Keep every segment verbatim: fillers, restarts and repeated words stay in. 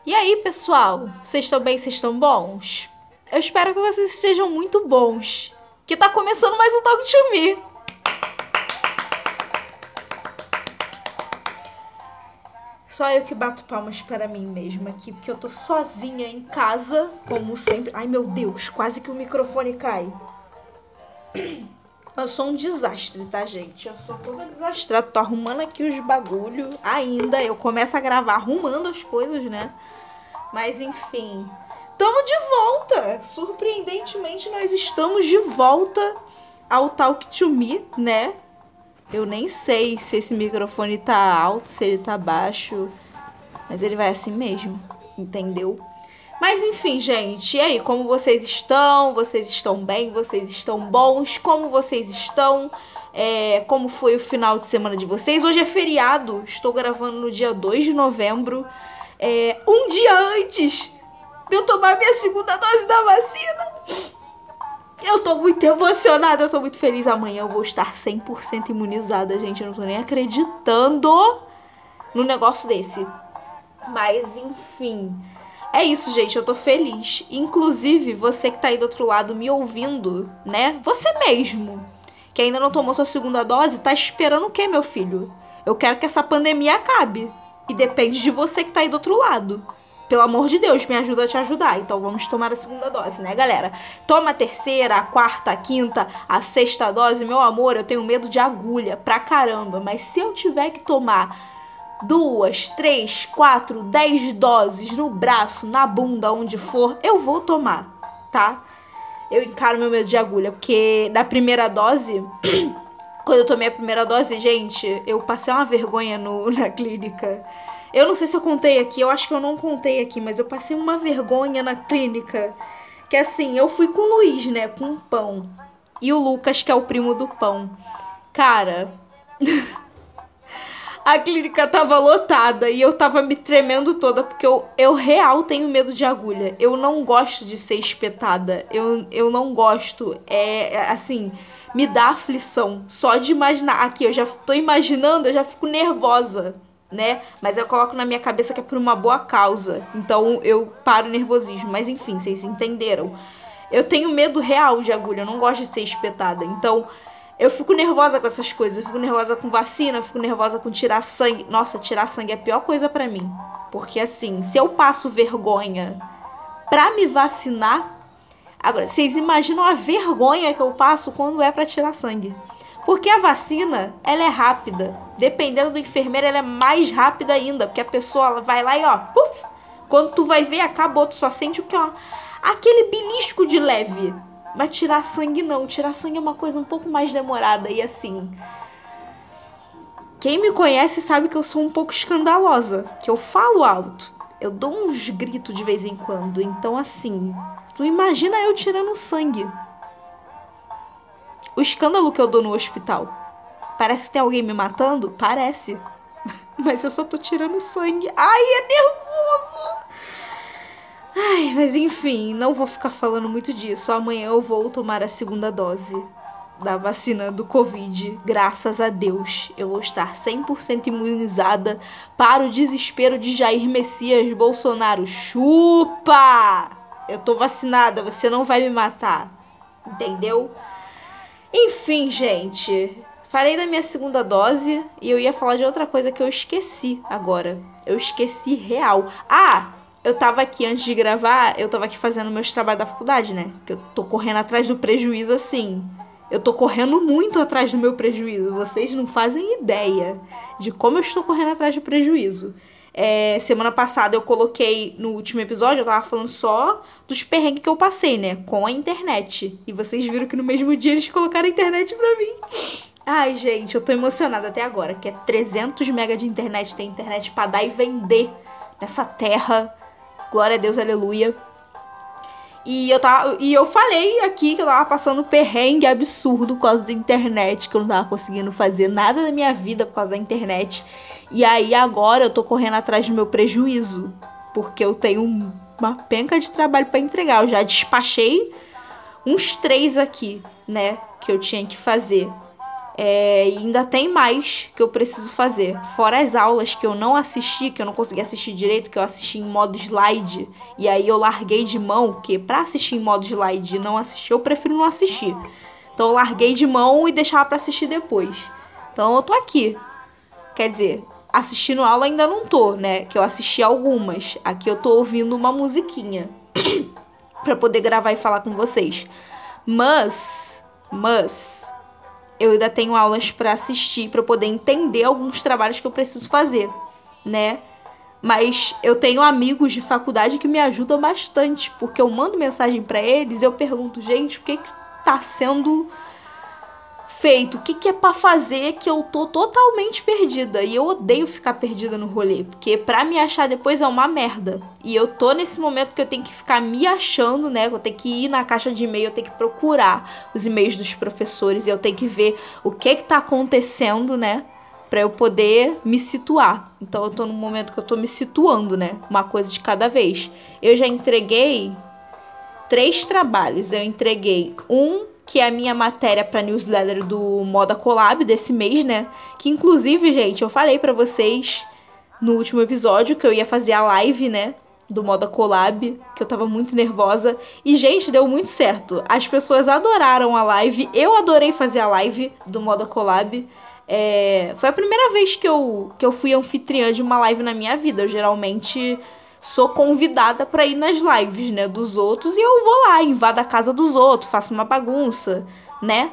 E aí, pessoal? Vocês estão bem? Vocês estão bons? Eu espero que vocês estejam muito bons. Que tá começando mais um Talk to Me. Só eu que bato palmas para mim mesma aqui, porque eu tô sozinha em casa, como sempre. Ai, meu Deus, quase que o microfone cai. Eu sou um desastre, tá, gente? Eu sou toda desastrada. Tô arrumando aqui os bagulho ainda. Eu começo a gravar arrumando as coisas, né? Mas, enfim. Tamo de volta! Surpreendentemente, nós estamos de volta ao Talk to Me, né? Eu nem sei se esse microfone tá alto, se ele tá baixo. Mas ele vai assim mesmo, entendeu? Mas enfim, gente, e aí, como vocês estão? Vocês estão bem? Vocês estão bons? Como vocês estão? É, como foi o final de semana de vocês? Hoje é feriado, estou gravando no dia dois de novembro, é, um dia antes de eu tomar minha segunda dose da vacina. Eu tô muito emocionada, eu tô muito feliz. Amanhã eu vou estar cem por cento imunizada, gente. Eu não tô nem acreditando no negócio desse. Mas, enfim... É isso, gente, eu tô feliz. Inclusive, você que tá aí do outro lado me ouvindo, né? Você mesmo, que ainda não tomou sua segunda dose, tá esperando o quê, meu filho? Eu quero que essa pandemia acabe. E depende de você que tá aí do outro lado. Pelo amor de Deus, me ajuda a te ajudar. Então vamos tomar a segunda dose, né, galera? Toma a terceira, a quarta, a quinta, a sexta dose. Meu amor, eu tenho medo de agulha pra caramba. Mas se eu tiver que tomar... duas, três, quatro, dez doses no braço, na bunda, onde for, eu vou tomar, tá? Eu encaro meu medo de agulha, porque na primeira dose, quando eu tomei a primeira dose, gente, eu passei uma vergonha no, na clínica. Eu não sei se eu contei aqui, eu acho que eu não contei aqui, mas eu passei uma vergonha na clínica, que assim, eu fui com o Luiz, né, com o Pão, e o Lucas, que é o primo do Pão. Cara... A clínica tava lotada e eu tava me tremendo toda, porque eu, eu real tenho medo de agulha. Eu não gosto de ser espetada. Eu, eu não gosto. É, é assim, me dá aflição. Só de imaginar. Aqui, eu já tô imaginando, eu já fico nervosa, né? Mas eu coloco na minha cabeça que é por uma boa causa. Então eu paro o nervosismo. Mas enfim, vocês entenderam. Eu tenho medo real de agulha. Eu não gosto de ser espetada. Então... eu fico nervosa com essas coisas, eu fico nervosa com vacina, eu fico nervosa com tirar sangue. Nossa, tirar sangue é a pior coisa pra mim. Porque assim, se eu passo vergonha pra me vacinar... Agora, vocês imaginam a vergonha que eu passo quando é pra tirar sangue. Porque a vacina, ela é rápida. Dependendo do enfermeiro, ela é mais rápida ainda. Porque a pessoa ela vai lá e ó, puf, quando tu vai ver, acabou, tu só sente o que, ó, aquele belisco de leve. Mas tirar sangue não, tirar sangue é uma coisa um pouco mais demorada. E assim, quem me conhece sabe que eu sou um pouco escandalosa, que eu falo alto, eu dou uns gritos de vez em quando. Então assim, tu imagina eu tirando sangue. O escândalo que eu dou no hospital. Parece que tem alguém me matando? Parece. Mas eu só tô tirando sangue. Ai, é nervoso! Ai, mas enfim, não vou ficar falando muito disso. Amanhã eu vou tomar a segunda dose da vacina do Covid. Graças a Deus, eu vou estar cem por cento imunizada para o desespero de Jair Messias Bolsonaro. Chupa! Eu tô vacinada, você não vai me matar. Entendeu? Enfim, gente, falei da minha segunda dose e eu ia falar de outra coisa que eu esqueci agora. Eu esqueci real. Ah! Eu tava aqui, antes de gravar, eu tava aqui fazendo meus trabalhos da faculdade, né? Que eu tô correndo atrás do prejuízo, assim. Eu tô correndo muito atrás do meu prejuízo. Vocês não fazem ideia de como eu estou correndo atrás do prejuízo. É, semana passada eu coloquei, no último episódio, eu tava falando só dos perrengues que eu passei, né? Com a internet. E vocês viram que no mesmo dia eles colocaram a internet pra mim. Ai, gente, eu tô emocionada até agora. Que é trezentos megas de internet. Tem internet pra dar e vender nessa terra. Glória a Deus, aleluia. E eu, tava, e eu falei aqui que eu tava passando perrengue absurdo por causa da internet, que eu não tava conseguindo fazer nada da minha vida por causa da internet. E aí agora eu tô correndo atrás do meu prejuízo, porque eu tenho uma penca de trabalho pra entregar. Eu já despachei uns três aqui, né, que eu tinha que fazer. É, e ainda tem mais que eu preciso fazer. Fora as aulas que eu não assisti, que eu não consegui assistir direito, que eu assisti em modo slide. E aí eu larguei de mão, porque pra assistir em modo slide e não assistir, eu prefiro não assistir. Então eu larguei de mão e deixava pra assistir depois. Então eu tô aqui. Quer dizer, assistindo aula ainda não tô, né? Que eu assisti algumas. Aqui eu tô ouvindo uma musiquinha pra poder gravar e falar com vocês. Mas, mas... eu ainda tenho aulas para assistir, para poder entender alguns trabalhos que eu preciso fazer, né? Mas eu tenho amigos de faculdade que me ajudam bastante, porque eu mando mensagem para eles e eu pergunto, gente, o que que tá sendo feito? O que que é para fazer que eu tô totalmente perdida? E eu odeio ficar perdida no rolê, porque pra me achar depois é uma merda. E eu tô nesse momento que eu tenho que ficar me achando, né? Eu tenho que ir na caixa de e-mail, eu tenho que procurar os e-mails dos professores e eu tenho que ver o que que tá acontecendo, né? Pra eu poder me situar. Então eu tô num momento que eu tô me situando, né? Uma coisa de cada vez. Eu já entreguei três trabalhos. Eu entreguei um... que é a minha matéria pra newsletter do Moda Collab desse mês, né? Que, inclusive, gente, eu falei pra vocês no último episódio que eu ia fazer a live, né? Do Moda Collab, que eu tava muito nervosa. E, gente, deu muito certo. As pessoas adoraram a live. Eu adorei fazer a live do Moda Collab. É... Foi a primeira vez que eu, que eu fui anfitriã de uma live na minha vida. Eu, geralmente... sou convidada pra ir nas lives, né, dos outros, e eu vou lá, invado a casa dos outros, faço uma bagunça, né?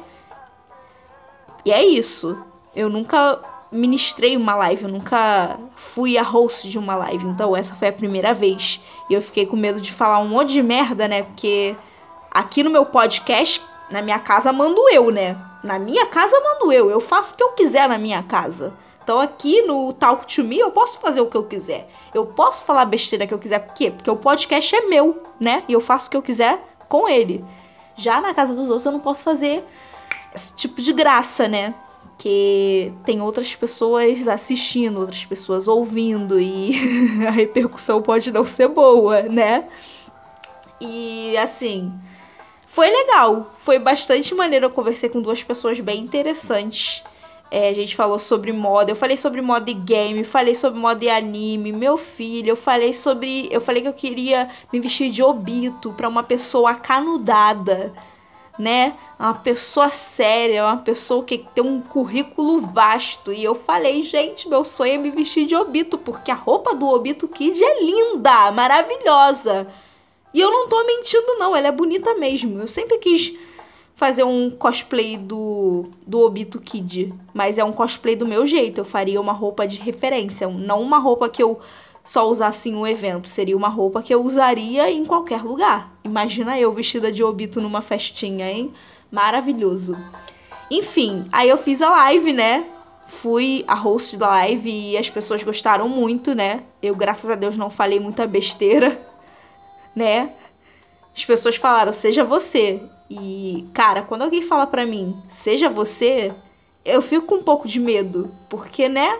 E é isso. Eu nunca ministrei uma live, eu nunca fui a host de uma live, então essa foi a primeira vez. E eu fiquei com medo de falar um monte de merda, né, porque aqui no meu podcast, na minha casa, mando eu, né? Na minha casa, mando eu. Eu faço o que eu quiser na minha casa. Então aqui no Talk to Me eu posso fazer o que eu quiser. Eu posso falar besteira que eu quiser. Por quê? Porque o podcast é meu, né? E eu faço o que eu quiser com ele. Já na casa dos outros eu não posso fazer esse tipo de graça, né? Que tem outras pessoas assistindo, outras pessoas ouvindo. E a repercussão pode não ser boa, né? E assim... foi legal. Foi bastante maneiro. Eu conversei com duas pessoas bem interessantes. É, a gente falou sobre moda, eu falei sobre moda e game, falei sobre moda e anime, meu filho, eu falei sobre... eu falei que eu queria me vestir de Obito pra uma pessoa acanudada, né? Uma pessoa séria, uma pessoa que tem um currículo vasto. E eu falei, gente, meu sonho é me vestir de Obito, porque a roupa do Obito Kid é linda, maravilhosa. E eu não tô mentindo não, ela é bonita mesmo. Eu sempre quis... fazer um cosplay do, do Obito Kid, mas é um cosplay do meu jeito. Eu faria uma roupa de referência, não uma roupa que eu só usasse em um evento. Seria uma roupa que eu usaria em qualquer lugar. Imagina eu vestida de Obito numa festinha, hein? Maravilhoso. Enfim, aí eu fiz a live, né? Fui a host da live e as pessoas gostaram muito, né? Eu, graças a Deus, não falei muita besteira, né? As pessoas falaram, seja você. E, cara, quando alguém fala pra mim, seja você, eu fico com um pouco de medo. Porque, né?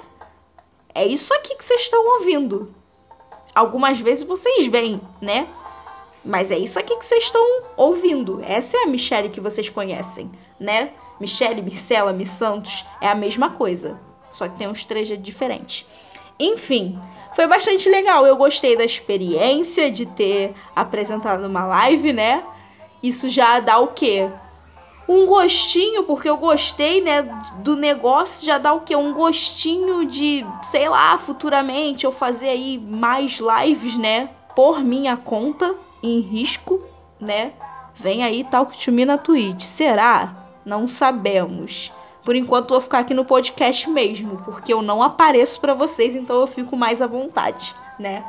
É isso aqui que vocês estão ouvindo. Algumas vezes vocês veem, né? Mas é isso aqui que vocês estão ouvindo. Essa é a Michelle que vocês conhecem, né? Michelle, Mircela, Miss Santos, é a mesma coisa. Só que tem uns trejeitos diferentes. Enfim, foi bastante legal. Eu gostei da experiência de ter apresentado uma live, né? Isso já dá o quê? Um gostinho, porque eu gostei, né, do negócio, já dá o quê? Um gostinho de, sei lá, futuramente eu fazer aí mais lives, né, por minha conta, em risco, né? Vem aí Talk to Me na Twitch. Será? Não sabemos. Por enquanto eu vou ficar aqui no podcast mesmo, porque eu não apareço pra vocês, então eu fico mais à vontade, né?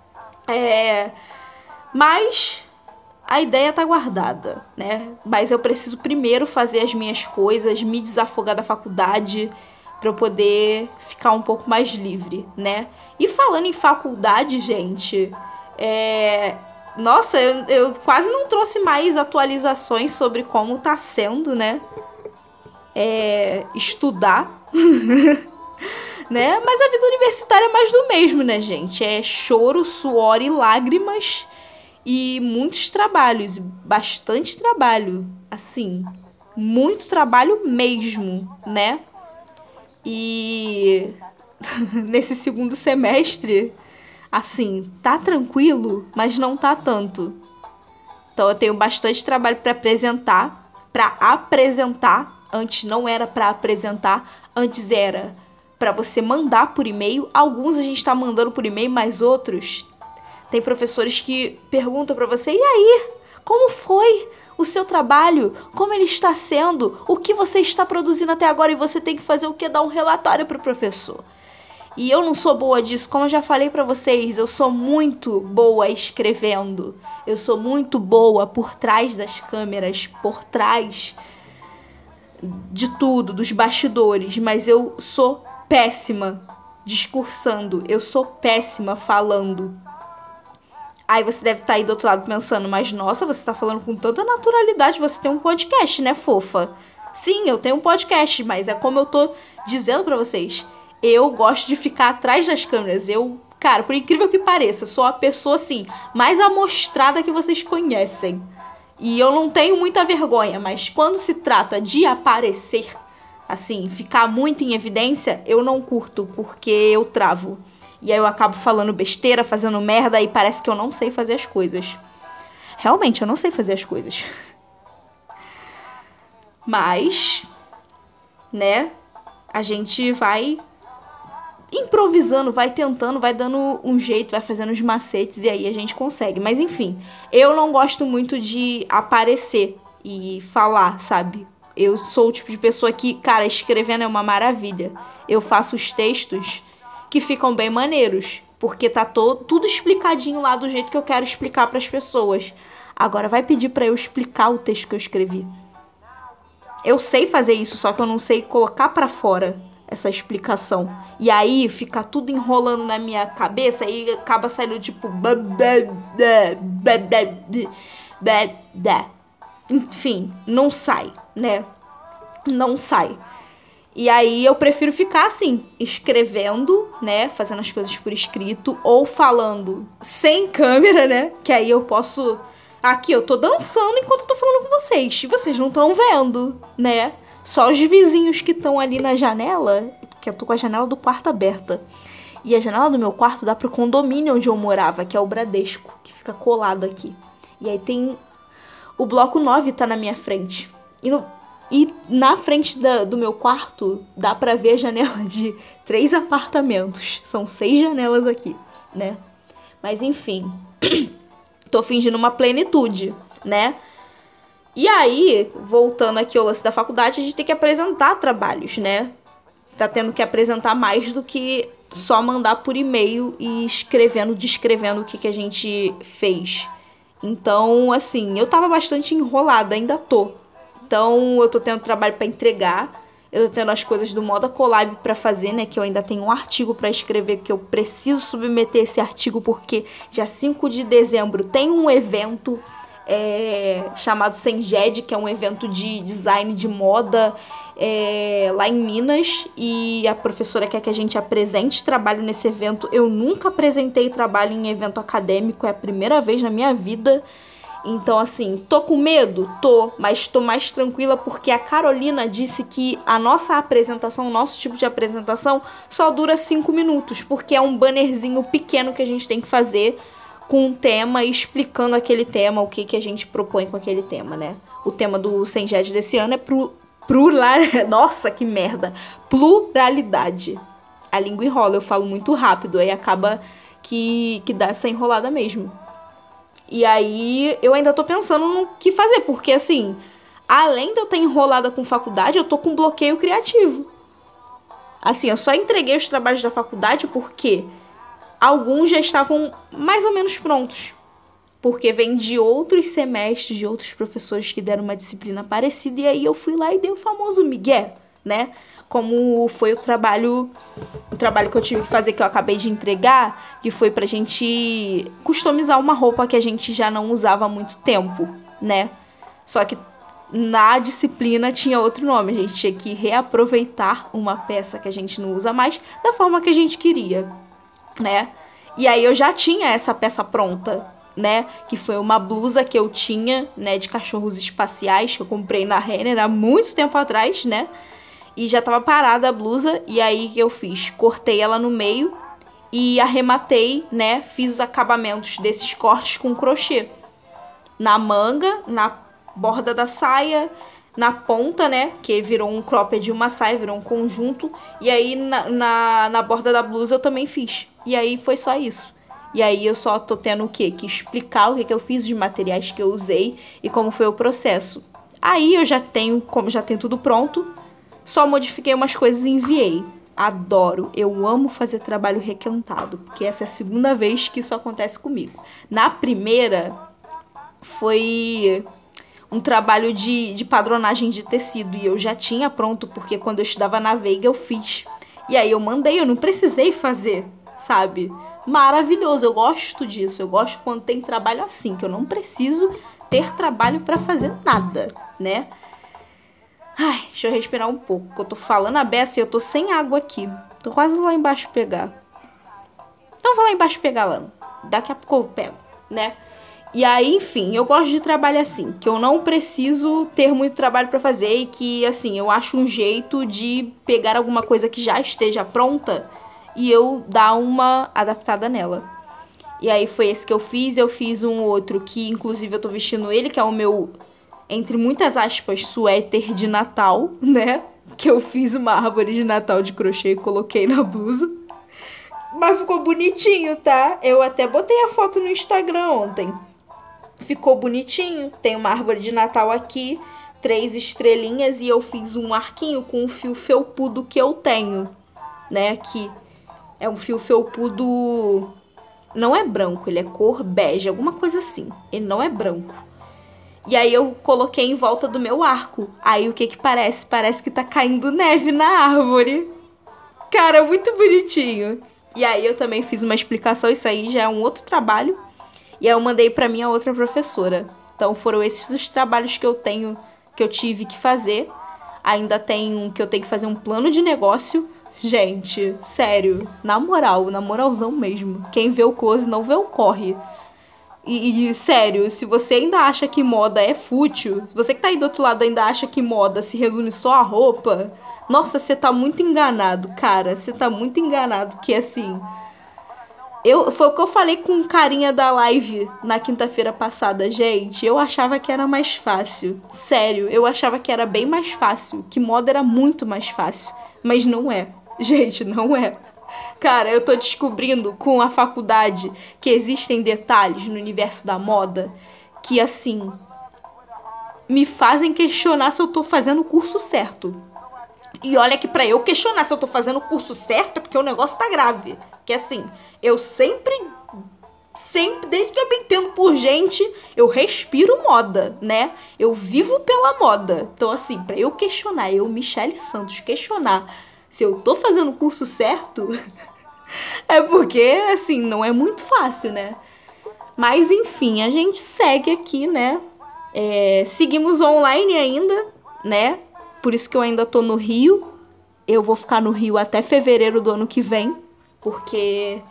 É... Mas... a ideia tá guardada, né? Mas eu preciso primeiro fazer as minhas coisas, me desafogar da faculdade pra eu poder ficar um pouco mais livre, né? E falando em faculdade, gente, é... nossa, eu, eu quase não trouxe mais atualizações sobre como tá sendo, né? É... estudar, né? Mas a vida universitária é mais do mesmo, né, gente? É choro, suor e lágrimas... e muitos trabalhos, bastante trabalho, assim, muito trabalho mesmo, né? E nesse segundo semestre, assim, tá tranquilo, mas não tá tanto. Então eu tenho bastante trabalho para apresentar, para apresentar. Antes não era para apresentar, antes era para você mandar por e-mail. Alguns a gente tá mandando por e-mail, mas outros tem professores que perguntam para você: "E aí, como foi o seu trabalho? Como ele está sendo? O que você está produzindo até agora?" E você tem que fazer o quê? Dar um relatório pro professor. E eu não sou boa disso, como eu já falei pra vocês, eu sou muito boa escrevendo. Eu sou muito boa por trás das câmeras, por trás de tudo, dos bastidores, mas eu sou péssima discursando, eu sou péssima falando. Aí você deve estar aí do outro lado pensando: "Mas nossa, você tá falando com tanta naturalidade, você tem um podcast, né, fofa?" Sim, eu tenho um podcast, mas é como eu tô dizendo pra vocês. Eu gosto de ficar atrás das câmeras. Eu, cara, por incrível que pareça, sou a pessoa, assim, mais amostrada que vocês conhecem. E eu não tenho muita vergonha, mas quando se trata de aparecer, assim, ficar muito em evidência, eu não curto, porque eu travo. E aí eu acabo falando besteira, fazendo merda, e parece que eu não sei fazer as coisas. Realmente, eu não sei fazer as coisas. Mas, né, a gente vai improvisando, vai tentando, vai dando um jeito, vai fazendo os macetes e aí a gente consegue. Mas enfim, eu não gosto muito de aparecer e falar, sabe? Eu sou o tipo de pessoa que, cara, escrevendo é uma maravilha. Eu faço os textos que ficam bem maneiros, porque tá todo, tudo explicadinho lá do jeito que eu quero explicar pras pessoas. Agora vai pedir pra eu explicar o texto que eu escrevi. Eu sei fazer isso, só que eu não sei colocar pra fora essa explicação. E aí fica tudo enrolando na minha cabeça e acaba saindo tipo... Enfim, não sai, né? Não sai. E aí eu prefiro ficar assim, escrevendo, né? Fazendo as coisas por escrito, ou falando sem câmera, né? Que aí eu posso... Aqui eu tô dançando enquanto eu tô falando com vocês. E vocês não estão vendo, né? Só os vizinhos que estão ali na janela, que eu tô com a janela do quarto aberta. E a janela do meu quarto dá pro condomínio onde eu morava, que é o Bradesco, que fica colado aqui. E aí tem... O bloco nove tá na minha frente. E, no... e na frente da, do meu quarto dá pra ver a janela de três apartamentos. São seis janelas aqui, né? Mas enfim, tô fingindo uma plenitude, né? E aí, voltando aqui ao lance da faculdade, a gente tem que apresentar trabalhos, né? Tá tendo que apresentar mais do que só mandar por e-mail e escrevendo, descrevendo o que, que a gente fez. Então, assim, eu tava bastante enrolada, ainda tô. Então, eu tô tendo trabalho pra entregar. Eu tô tendo as coisas do Moda Collab pra fazer, né? Que eu ainda tenho um artigo pra escrever, que eu preciso submeter esse artigo, porque dia cinco de dezembro tem um evento... É, chamado Senged, que é um evento de design de moda é, lá em Minas, e a professora quer que a gente apresente trabalho nesse evento. Eu nunca apresentei trabalho em evento acadêmico, é a primeira vez na minha vida. Então, assim, tô com medo? Tô, mas tô mais tranquila porque a Carolina disse que a nossa apresentação, o nosso tipo de apresentação, só dura cinco minutos, porque é um bannerzinho pequeno que a gente tem que fazer com um tema e explicando aquele tema, o que, que a gente propõe com aquele tema, né? O tema do Senged desse ano é pro, plural... Nossa, que merda! Pluralidade. A língua enrola, eu falo muito rápido, aí acaba que, que dá essa enrolada mesmo. E aí eu ainda tô pensando no que fazer, porque assim, além de eu ter enrolada com faculdade, eu tô com bloqueio criativo. Assim, eu só entreguei os trabalhos da faculdade porque... alguns já estavam mais ou menos prontos, porque vem de outros semestres, de outros professores que deram uma disciplina parecida, e aí eu fui lá e dei o famoso migué, né? Como foi o trabalho, o trabalho que eu tive que fazer, que eu acabei de entregar, que foi pra gente customizar uma roupa que a gente já não usava há muito tempo, né? Só que na disciplina tinha outro nome, a gente tinha que reaproveitar uma peça que a gente não usa mais da forma que a gente queria, né? E aí eu já tinha essa peça pronta. né? Que foi uma blusa que eu tinha, né? De cachorros espaciais, que eu comprei na Renner há muito tempo atrás, né? E já tava parada a blusa, e aí o que eu fiz? Cortei ela no meio e arrematei, né? Fiz os acabamentos desses cortes com crochê. Na manga, na borda da saia, na ponta, né? Que virou um cropped de uma saia, virou um conjunto. E aí na, na, na borda da blusa eu também fiz. E aí foi só isso. E aí eu só tô tendo o quê? Que explicar o que, que eu fiz, de materiais que eu usei e como foi o processo. Aí eu já tenho, como já tenho tudo pronto, só modifiquei umas coisas e enviei. Adoro, eu amo fazer trabalho requentado, porque essa é a segunda vez que isso acontece comigo. Na primeira, foi um trabalho de, de padronagem de tecido, e eu já tinha pronto, porque quando eu estudava na Veiga eu fiz. E aí eu mandei, eu não precisei fazer, sabe? Maravilhoso, eu gosto disso, eu gosto quando tem trabalho assim, que eu não preciso ter trabalho pra fazer nada, né? Ai, deixa eu respirar um pouco, que eu tô falando a beça e eu tô sem água aqui. Tô quase lá embaixo pegar. Então vou lá embaixo pegar lá. Daqui a pouco eu pego, né? E aí, enfim, eu gosto de trabalho assim, que eu não preciso ter muito trabalho pra fazer e que, assim, eu acho um jeito de pegar alguma coisa que já esteja pronta e eu dar uma adaptada nela. E aí foi esse que eu fiz. Eu fiz um outro que, inclusive, eu tô vestindo ele, que é o meu, entre muitas aspas, suéter de Natal, né? Que eu fiz uma árvore de Natal de crochê e coloquei na blusa. Mas ficou bonitinho, tá? Eu até botei a foto no Instagram ontem. Ficou bonitinho. Tem uma árvore de Natal aqui, três estrelinhas, e eu fiz um arquinho com o fio felpudo que eu tenho, né? Aqui é um fio felpudo, não é branco, ele é cor bege, alguma coisa assim. Ele não é branco. E aí eu coloquei em volta do meu arco. Aí o que que parece? Parece que tá caindo neve na árvore. Cara, muito bonitinho. E aí eu também fiz uma explicação, isso aí já é um outro trabalho. E aí eu mandei pra minha outra professora. Então foram esses os trabalhos que eu tenho, que eu tive que fazer. Ainda tem um que eu tenho que fazer um plano de negócio. Gente, sério, na moral, na moralzão mesmo. Quem vê o close não vê o corre. E, e, sério, se você ainda acha que moda é fútil, se você que tá aí do outro lado ainda acha que moda se resume só a roupa, nossa, você tá muito enganado, cara. Você tá muito enganado, porque assim... Eu, foi o que eu falei com um carinha da live na quinta-feira passada, gente. Eu achava que era mais fácil. Sério, eu achava que era bem mais fácil. Que moda era muito mais fácil. Mas não é. Gente, não é. Cara, eu tô descobrindo com a faculdade que existem detalhes no universo da moda que, assim, me fazem questionar se eu tô fazendo o curso certo. E olha que pra eu questionar se eu tô fazendo o curso certo é porque o negócio tá grave. Que assim, eu sempre, sempre, desde que eu me entendo por gente, eu respiro moda, né? Eu vivo pela moda. Então assim, pra eu questionar, eu, Michele Santos, questionar se eu tô fazendo o curso certo, é porque, assim, não é muito fácil, né? Mas enfim, a gente segue aqui, né? É, seguimos online ainda, né? Por isso que eu ainda tô no Rio. Eu vou ficar no Rio até fevereiro do ano que vem. Porque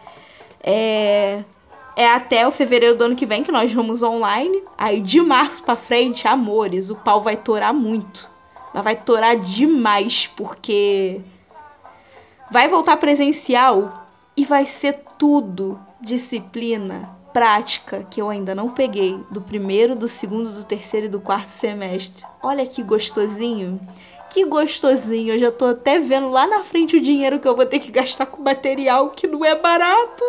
é, é até o fevereiro do ano que vem que nós vamos online. Aí de março pra frente, amores, o pau vai torar muito. Mas vai torar demais, porque vai voltar presencial e vai ser tudo disciplina prática que eu ainda não peguei do primeiro, do segundo, do terceiro e do quarto semestre. Olha que gostosinho. Que gostosinho. Eu já tô até vendo lá na frente o dinheiro que eu vou ter que gastar com material, que não é barato.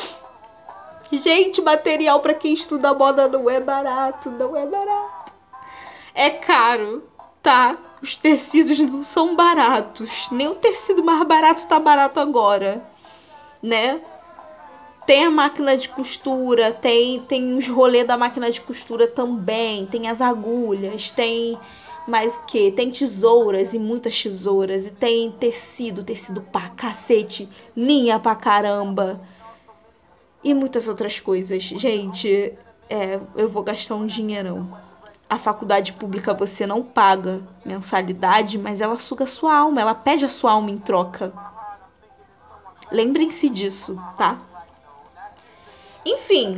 Gente, material pra quem estuda moda não é barato, não é barato. É caro, tá? Os tecidos não são baratos. Nem o tecido mais barato tá barato agora, né? Tem a máquina de costura, tem, tem os rolês da máquina de costura também, tem as agulhas, tem mais o que? Tem tesouras e muitas tesouras, e tem tecido, tecido pra cacete, linha pra caramba e muitas outras coisas. Gente, é, eu vou gastar um dinheirão. A faculdade pública você não paga mensalidade, mas ela suga a sua alma, ela pede a sua alma em troca. Lembrem-se disso, tá? Enfim,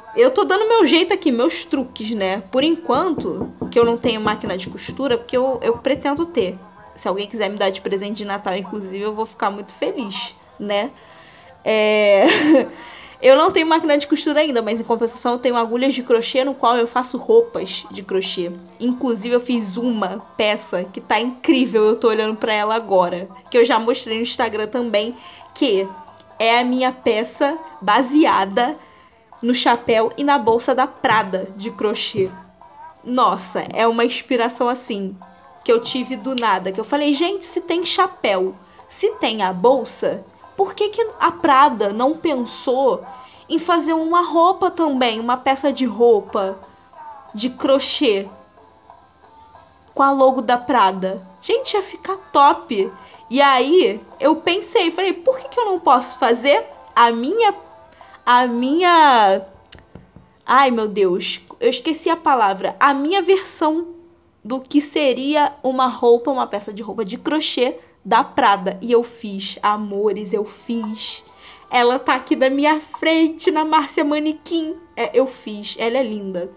eu tô dando meu jeito aqui, meus truques, né? Por enquanto, que eu não tenho máquina de costura, porque eu, eu pretendo ter. Se alguém quiser me dar de presente de Natal, inclusive, eu vou ficar muito feliz, né? É... eu não tenho máquina de costura ainda, mas em compensação eu tenho agulhas de crochê no qual eu faço roupas de crochê. Inclusive eu fiz uma peça que tá incrível, eu tô olhando pra ela agora, que eu já mostrei no Instagram também, que é a minha peça baseada no chapéu e na bolsa da Prada de crochê. Nossa, é uma inspiração assim, que eu tive do nada, que eu falei, gente, se tem chapéu, se tem a bolsa, por que que a Prada não pensou em fazer uma roupa também, uma peça de roupa de crochê com a logo da Prada? Gente, ia ficar top. E aí, eu pensei, falei, por que que eu não posso fazer a minha... A minha... Ai, meu Deus, eu esqueci a palavra. A minha versão do que seria uma roupa, uma peça de roupa de crochê da Prada. E eu fiz, amores, eu fiz. Ela tá aqui na minha frente, na Márcia Manequim. É, eu fiz, ela é linda.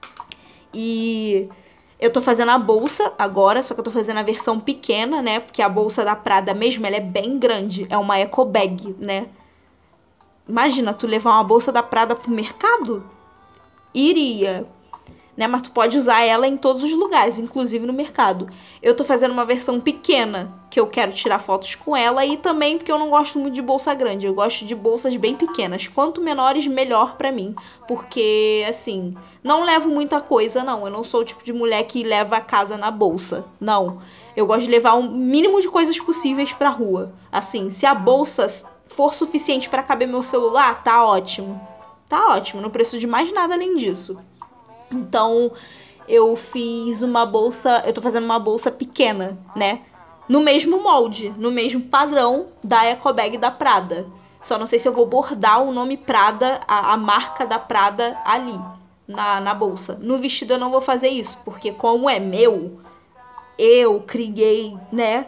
E eu tô fazendo a bolsa agora, só que eu tô fazendo a versão pequena, né? Porque a bolsa da Prada mesmo, ela é bem grande. É uma eco bag, né? Imagina, tu levar uma bolsa da Prada pro mercado? Iria, né? Mas tu pode usar ela em todos os lugares, inclusive no mercado. Eu tô fazendo uma versão pequena, que eu quero tirar fotos com ela, e também porque eu não gosto muito de bolsa grande, eu gosto de bolsas bem pequenas. Quanto menores, melhor pra mim, porque, assim, não levo muita coisa, não. Eu não sou o tipo de mulher que leva a casa na bolsa, não. Eu gosto de levar o mínimo de coisas possíveis pra rua. Assim, se a bolsa for suficiente pra caber meu celular, tá ótimo. Tá ótimo, não preciso de mais nada além disso. Então, eu fiz uma bolsa... Eu tô fazendo uma bolsa pequena, né? No mesmo molde, no mesmo padrão da eco bag da Prada. Só não sei se eu vou bordar o nome Prada, a, a marca da Prada ali, na, na bolsa. No vestido eu não vou fazer isso, porque como é meu, eu criei, né?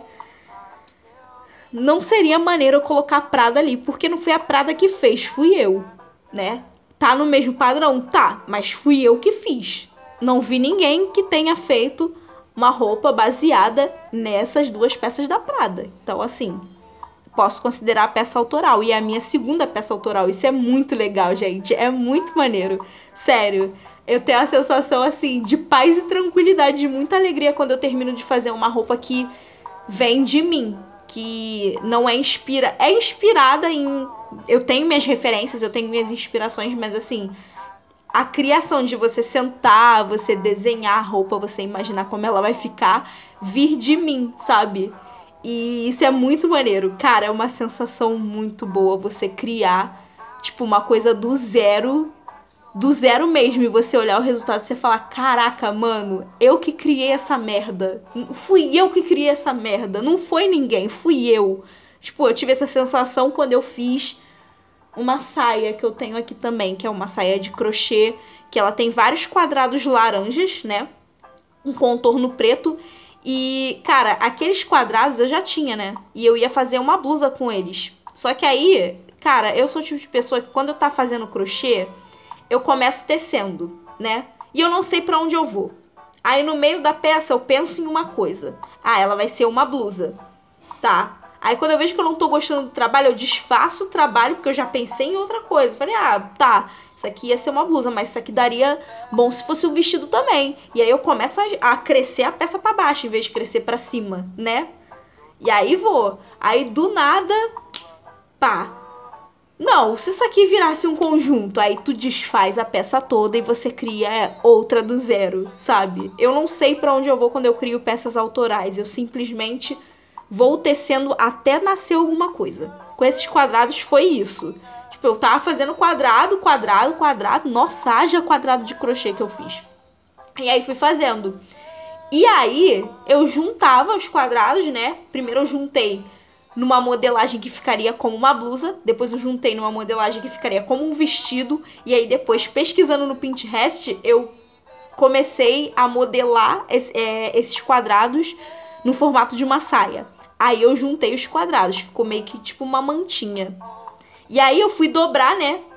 Não seria maneiro eu colocar Prada ali, porque não foi a Prada que fez, fui eu, né? Tá no mesmo padrão? Tá, mas fui eu que fiz. Não vi ninguém que tenha feito uma roupa baseada nessas duas peças da Prada. Então, assim, posso considerar a peça autoral. E é a minha segunda peça autoral. Isso é muito legal, gente. É muito maneiro. Sério. Eu tenho a sensação, assim, de paz e tranquilidade, de muita alegria quando eu termino de fazer uma roupa que vem de mim. Que não é inspira... É inspirada em... Eu tenho minhas referências, eu tenho minhas inspirações, mas assim, a criação de você sentar, você desenhar a roupa, você imaginar como ela vai ficar, vir de mim, sabe? E isso é muito maneiro. Cara, é uma sensação muito boa você criar, tipo, uma coisa do zero, do zero mesmo, e você olhar o resultado e você falar, caraca, mano, eu que criei essa merda. Fui eu que criei essa merda. Não foi ninguém, fui eu. Tipo, eu tive essa sensação quando eu fiz uma saia que eu tenho aqui também, que é uma saia de crochê, que ela tem vários quadrados laranjas, né? Um contorno preto. E, cara, aqueles quadrados eu já tinha, né? E eu ia fazer uma blusa com eles. Só que aí, cara, eu sou o tipo de pessoa que quando eu tá fazendo crochê, eu começo tecendo, né? E eu não sei pra onde eu vou. Aí no meio da peça eu penso em uma coisa. Ah, ela vai ser uma blusa. Tá. Aí quando eu vejo que eu não tô gostando do trabalho, eu desfaço o trabalho, porque eu já pensei em outra coisa. Falei, ah, tá, isso aqui ia ser uma blusa, mas isso aqui daria bom se fosse um vestido também. E aí eu começo a, a crescer a peça pra baixo, em vez de crescer pra cima, né? E aí vou. Aí do nada, pá. Não, se isso aqui virasse um conjunto, aí tu desfaz a peça toda e você cria outra do zero, sabe? Eu não sei pra onde eu vou quando eu crio peças autorais. Eu simplesmente vou tecendo até nascer alguma coisa. Com esses quadrados foi isso. Tipo, eu tava fazendo quadrado, quadrado, quadrado. Nossa, haja quadrado de crochê que eu fiz. E aí fui fazendo. E aí eu juntava os quadrados, né? Primeiro eu juntei numa modelagem que ficaria como uma blusa. Depois eu juntei numa modelagem que ficaria como um vestido. E aí depois, pesquisando no Pinterest, eu comecei a modelar esse, é, esses quadrados no formato de uma saia. Aí eu juntei os quadrados, ficou meio que tipo uma mantinha. E aí eu fui dobrar, né,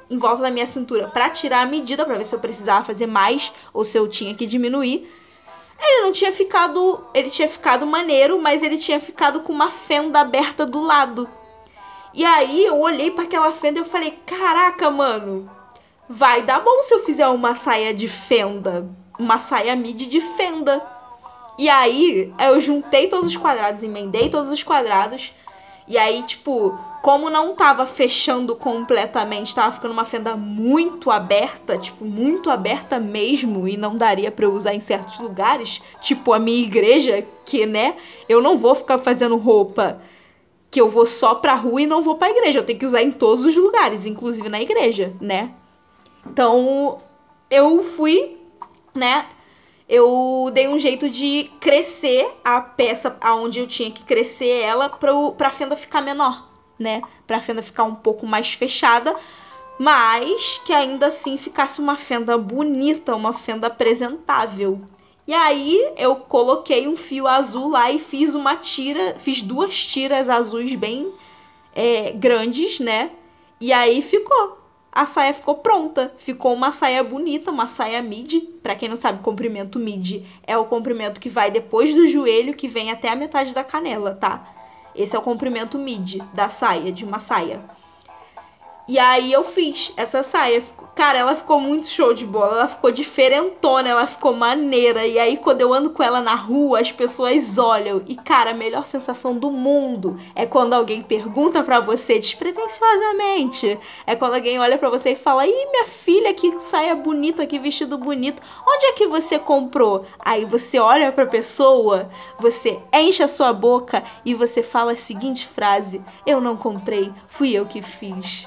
em volta da minha cintura pra tirar a medida, pra ver se eu precisava fazer mais ou se eu tinha que diminuir. Ele não tinha ficado... Ele tinha ficado maneiro, mas ele tinha ficado com uma fenda aberta do lado. E aí eu olhei pra aquela fenda e eu falei, caraca, mano, vai dar bom se eu fizer uma saia de fenda. Uma saia midi de fenda. E aí eu juntei todos os quadrados, emendei todos os quadrados. E aí, tipo, como não tava fechando completamente, tava ficando uma fenda muito aberta, tipo, muito aberta mesmo, e não daria pra eu usar em certos lugares, tipo a minha igreja, que, né, eu não vou ficar fazendo roupa que eu vou só pra rua e não vou pra igreja, eu tenho que usar em todos os lugares, inclusive na igreja, né. Então, eu fui, né, eu dei um jeito de crescer a peça aonde eu tinha que crescer ela pro, pra fenda ficar menor, né? Pra fenda ficar um pouco mais fechada, mas que ainda assim ficasse uma fenda bonita, uma fenda apresentável. E aí eu coloquei um fio azul lá e fiz uma tira, fiz duas tiras azuis bem é, grandes, né? E aí ficou. A saia ficou pronta, ficou uma saia bonita, uma saia midi. Pra quem não sabe, comprimento midi é o comprimento que vai depois do joelho, que vem até a metade da canela, tá? Esse é o comprimento midi da saia, de uma saia. E aí eu fiz essa saia. Cara, ela ficou muito show de bola. Ela ficou diferentona, ela ficou maneira. E aí quando eu ando com ela na rua, as pessoas olham. E cara, a melhor sensação do mundo é quando alguém pergunta pra você despretensiosamente. É quando alguém olha pra você e fala: ih, minha filha, que saia bonita, que vestido bonito. Onde é que você comprou? Aí você olha pra pessoa, você enche a sua boca e você fala a seguinte frase: eu não comprei, fui eu que fiz.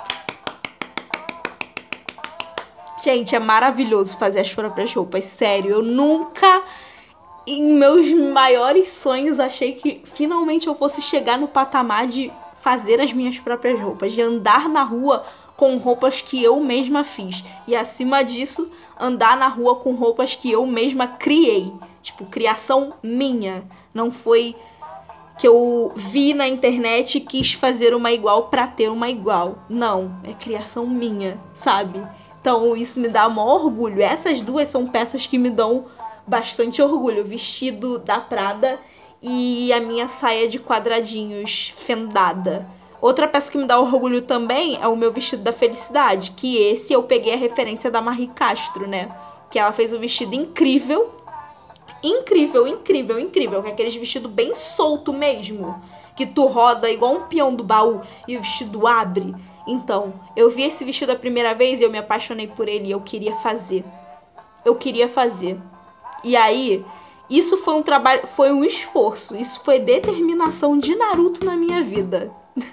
Gente, é maravilhoso fazer as próprias roupas, sério. Eu nunca, em meus maiores sonhos, achei que finalmente eu fosse chegar no patamar de fazer as minhas próprias roupas, de andar na rua com roupas que eu mesma fiz. E acima disso, andar na rua com roupas que eu mesma criei. Tipo, criação minha. Não foi que eu vi na internet e quis fazer uma igual pra ter uma igual. Não, é criação minha, sabe? Então isso me dá maior orgulho. Essas duas são peças que me dão bastante orgulho. O vestido da Prada e a minha saia de quadradinhos fendada. Outra peça que me dá orgulho também é o meu vestido da Felicidade. Que esse eu peguei a referência da Marie Castro, né? Que ela fez um vestido incrível. Incrível, incrível, incrível. Que é aqueles vestidos bem solto mesmo. Que tu roda igual um peão do baú e o vestido abre. Então, eu vi esse vestido a primeira vez e eu me apaixonei por ele e eu queria fazer. Eu queria fazer. E aí, isso foi um trabalho, foi um esforço. Isso foi determinação de Naruto na minha vida.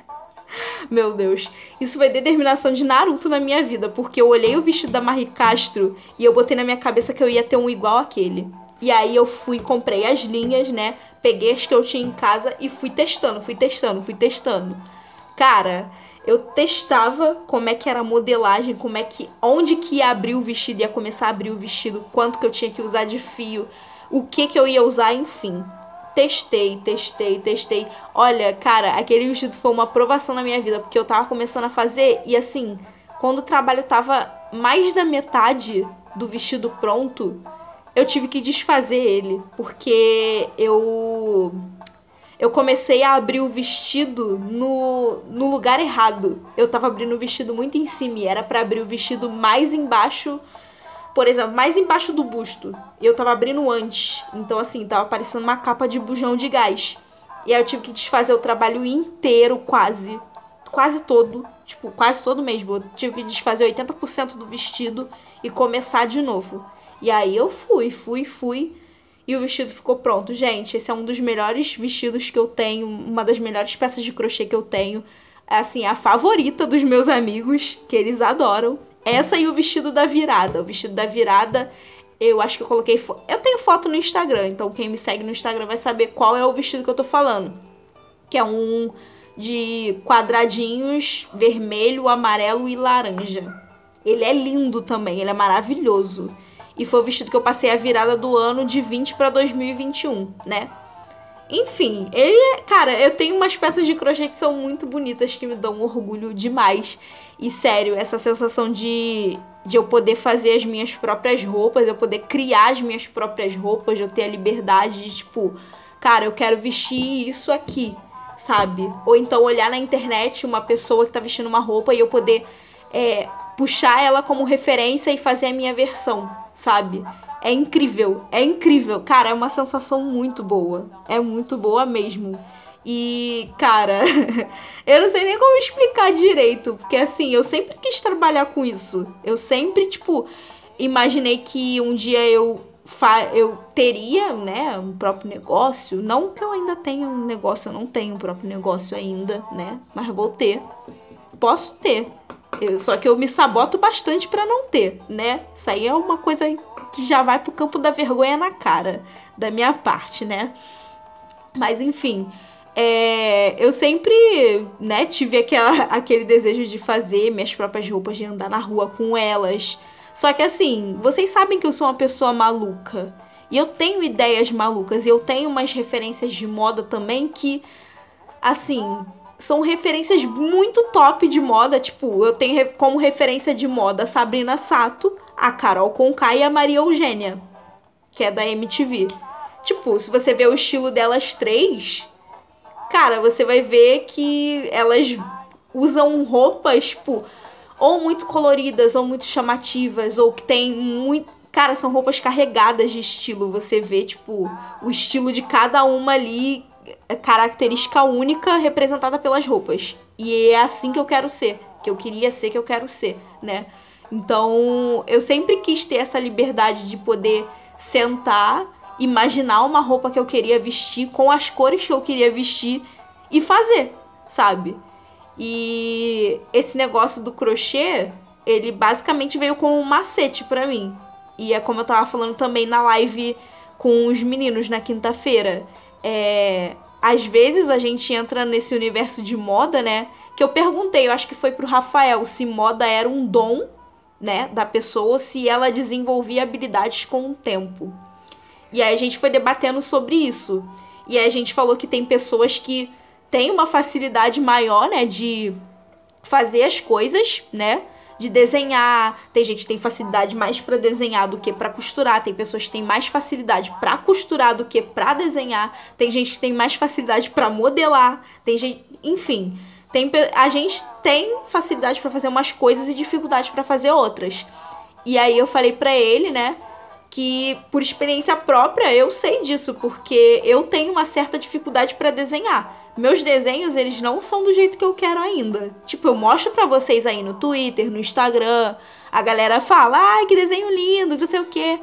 Meu Deus. Isso foi determinação de Naruto na minha vida. Porque eu olhei o vestido da Marie Castro e eu botei na minha cabeça que eu ia ter um igual àquele. E aí eu fui, comprei as linhas, né? Peguei as que eu tinha em casa e fui testando, fui testando, fui testando. Cara, eu testava como é que era a modelagem, como é que, onde que ia abrir o vestido, ia começar a abrir o vestido, quanto que eu tinha que usar de fio, o que que eu ia usar, enfim. Testei, testei, testei. Olha, cara, aquele vestido foi uma aprovação na minha vida, porque eu tava começando a fazer e assim, quando o trabalho tava mais da metade do vestido pronto, eu tive que desfazer ele, porque eu... Eu comecei a abrir o vestido no, no lugar errado. Eu tava abrindo o vestido muito em cima e era pra abrir o vestido mais embaixo, por exemplo, mais embaixo do busto. E eu tava abrindo antes. Então, assim, tava parecendo uma capa de bujão de gás. E aí eu tive que desfazer o trabalho inteiro, quase. Quase todo. Tipo, quase todo mesmo. Eu tive que desfazer oitenta por cento do vestido e começar de novo. E aí eu fui, fui, fui. E o vestido ficou pronto. Gente, esse é um dos melhores vestidos que eu tenho. Uma das melhores peças de crochê que eu tenho. É, assim, a favorita dos meus amigos, que eles adoram. Essa e o vestido da virada. O vestido da virada, eu acho que eu coloquei... Fo- eu tenho foto no Instagram, então quem me segue no Instagram vai saber qual é o vestido que eu tô falando. Que é um de quadradinhos vermelho, amarelo e laranja. Ele é lindo também, ele é maravilhoso. E foi o vestido que eu passei a virada do ano de vinte para dois mil e vinte e um, né? Enfim, ele é... Cara, eu tenho umas peças de crochê que são muito bonitas, que me dão orgulho demais. E sério, essa sensação de, de eu poder fazer as minhas próprias roupas, eu poder criar as minhas próprias roupas, eu ter a liberdade de, tipo, cara, eu quero vestir isso aqui, sabe? Ou então olhar na internet uma pessoa que tá vestindo uma roupa e eu poder é, puxar ela como referência e fazer a minha versão, sabe? É incrível, é incrível. Cara, é uma sensação muito boa. É muito boa mesmo. E, cara, eu não sei nem como explicar direito. Porque, assim, eu sempre quis trabalhar com isso. Eu sempre, tipo, imaginei que um dia eu, fa eu teria, né, um próprio negócio. Não que eu ainda tenha um negócio, eu não tenho um próprio negócio ainda, né? Mas vou ter. Posso ter. Eu, só que eu me saboto bastante pra não ter, né? Isso aí é uma coisa que já vai pro campo da vergonha na cara, da minha parte, né? Mas, enfim, é, eu sempre, né, tive aquela, aquele desejo de fazer minhas próprias roupas, de andar na rua com elas. Só que, assim, vocês sabem que eu sou uma pessoa maluca. E eu tenho ideias malucas. E eu tenho umas referências de moda também que, assim, são referências muito top de moda. Tipo, eu tenho como referência de moda a Sabrina Sato, a Carol Conká e a Maria Eugênia, que é da M T V. Tipo, se você vê o estilo delas três, cara, você vai ver que elas usam roupas, tipo, ou muito coloridas, ou muito chamativas, ou que tem muito... Cara, são roupas carregadas de estilo. Você vê, tipo, o estilo de cada uma ali, característica única representada pelas roupas. E é assim que eu quero ser, que eu queria ser, que eu quero ser, né? Então, eu sempre quis ter essa liberdade de poder sentar, imaginar uma roupa que eu queria vestir, com as cores que eu queria vestir e fazer, sabe? E esse negócio do crochê, ele basicamente veio como um macete pra mim. E é como eu tava falando também na live com os meninos na quinta-feira. É, às vezes a gente entra nesse universo de moda, né? Que eu perguntei, eu acho que foi pro Rafael, se moda era um dom, né, da pessoa, se ela desenvolvia habilidades com o tempo. E aí a gente foi debatendo sobre isso. E aí a gente falou que tem pessoas que têm uma facilidade maior, né, de fazer as coisas, né, de desenhar. Tem gente que tem facilidade mais para desenhar do que para costurar. Tem pessoas que têm mais facilidade para costurar do que para desenhar. Tem gente que tem mais facilidade para modelar. Tem gente, enfim, tem, a gente tem facilidade para fazer umas coisas e dificuldade para fazer outras. E aí eu falei para ele, né, que por experiência própria eu sei disso, porque eu tenho uma certa dificuldade para desenhar. Meus desenhos, eles não são do jeito que eu quero ainda. Tipo, eu mostro pra vocês aí no Twitter, no Instagram, a galera fala, ai, que desenho lindo, não sei o quê.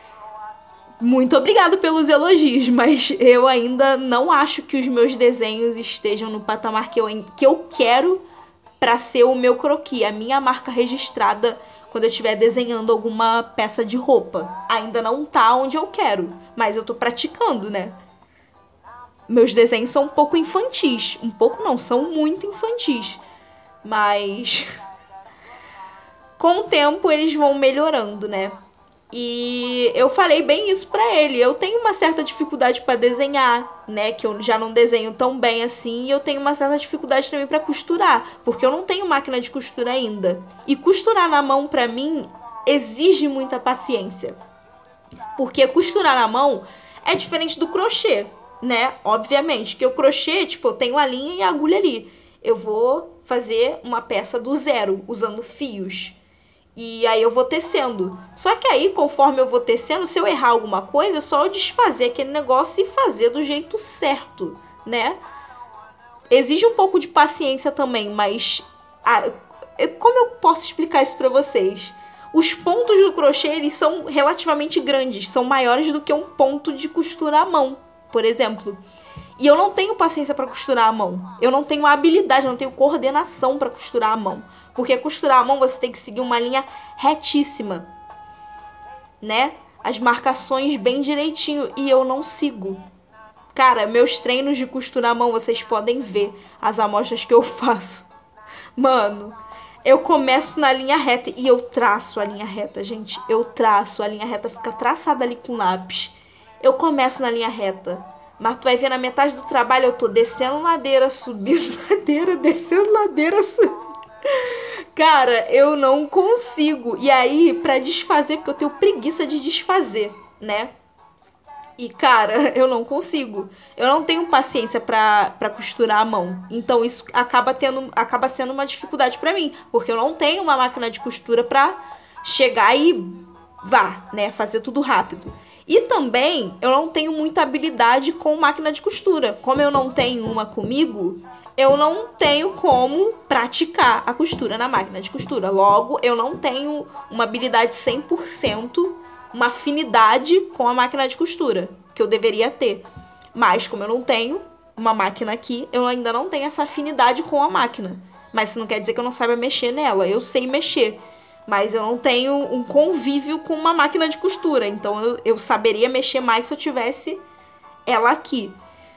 Muito obrigado pelos elogios, mas eu ainda não acho que os meus desenhos estejam no patamar que eu, que eu quero pra ser o meu croquis, a minha marca registrada quando eu estiver desenhando alguma peça de roupa. Ainda não tá onde eu quero, mas eu tô praticando, né? Meus desenhos são um pouco infantis. Um pouco não, são muito infantis. Mas com o tempo eles vão melhorando, né? E eu falei bem isso pra ele. Eu tenho uma certa dificuldade pra desenhar, né? Que eu já não desenho tão bem assim. E eu tenho uma certa dificuldade também pra costurar, porque eu não tenho máquina de costura ainda. E costurar na mão, pra mim, exige muita paciência. Porque costurar na mão é diferente do crochê, né? Obviamente, que o crochê, tipo, eu tenho a linha e a agulha ali. Eu vou fazer uma peça do zero, usando fios. E aí eu vou tecendo. Só que aí, conforme eu vou tecendo, se eu errar alguma coisa, é só eu desfazer aquele negócio e fazer do jeito certo, né? Exige um pouco de paciência também, mas... Ah, como eu posso explicar isso pra vocês? Os pontos do crochê, eles são relativamente grandes. São maiores do que um ponto de costura à mão, por exemplo. E eu não tenho paciência pra costurar à mão. Eu não tenho habilidade, eu não tenho coordenação pra costurar à mão. Porque costurar à mão você tem que seguir uma linha retíssima, né? As marcações bem direitinho. E eu não sigo. Cara, meus treinos de costurar à mão, vocês podem ver as amostras que eu faço. Mano, eu começo na linha reta e eu traço a linha reta, gente. Eu traço, a linha reta fica traçada ali com lápis. Eu começo na linha reta. Mas tu vai ver na metade do trabalho, eu tô descendo ladeira, subindo ladeira, descendo ladeira, subindo. Cara, eu não consigo. E aí, pra desfazer, porque eu tenho preguiça de desfazer, né? E, cara, eu não consigo. Eu não tenho paciência pra, pra costurar a mão. Então, isso acaba, tendo, acaba sendo uma dificuldade pra mim. Porque eu não tenho uma máquina de costura pra chegar e vá, né? Fazer tudo rápido. E também, eu não tenho muita habilidade com máquina de costura. Como eu não tenho uma comigo, eu não tenho como praticar a costura na máquina de costura. Logo, eu não tenho uma habilidade cem por cento, uma afinidade com a máquina de costura, que eu deveria ter. Mas, como eu não tenho uma máquina aqui, eu ainda não tenho essa afinidade com a máquina. Mas isso não quer dizer que eu não saiba mexer nela. Eu sei mexer. Mas eu não tenho um convívio com uma máquina de costura. Então, eu, eu saberia mexer mais se eu tivesse ela aqui.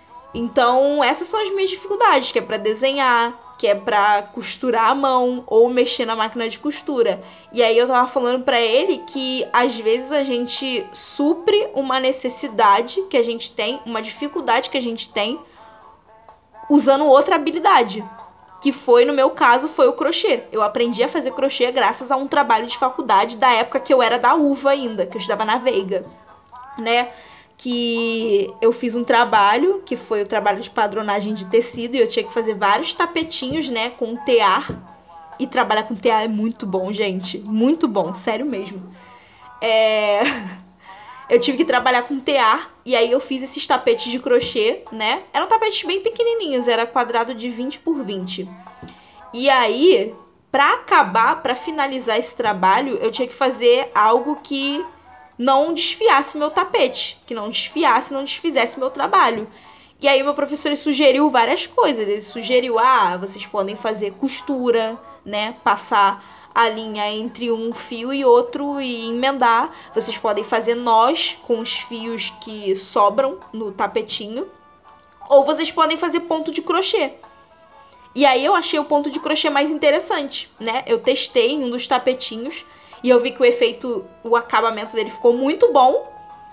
Então, essas são as minhas dificuldades, que é pra desenhar, que é pra costurar a mão ou mexer na máquina de costura. E aí eu tava falando pra ele que às vezes a gente supre uma necessidade que a gente tem, uma dificuldade que a gente tem, usando outra habilidade. Que foi, no meu caso, foi o crochê. Eu aprendi a fazer crochê graças a um trabalho de faculdade da época que eu era da U V A ainda, que eu estudava na Veiga, né? Que eu fiz um trabalho, que foi o trabalho de padronagem de tecido, e eu tinha que fazer vários tapetinhos, né, com tear. E trabalhar com tear é muito bom, gente. Muito bom, sério mesmo. É... Eu tive que trabalhar com tear, e aí eu fiz esses tapetes de crochê, né? Eram tapetes bem pequenininhos, era quadrado de vinte por vinte. E aí, pra acabar, pra finalizar esse trabalho, eu tinha que fazer algo que não desfiasse meu tapete, que não desfiasse, não desfizesse meu trabalho. E aí meu professor sugeriu várias coisas. Ele sugeriu, ah, vocês podem fazer costura, né? Passar a linha entre um fio e outro e emendar. Vocês podem fazer nós com os fios que sobram no tapetinho. Ou vocês podem fazer ponto de crochê. E aí eu achei o ponto de crochê mais interessante, né? Eu testei em um dos tapetinhos e eu vi que o efeito, o acabamento dele ficou muito bom.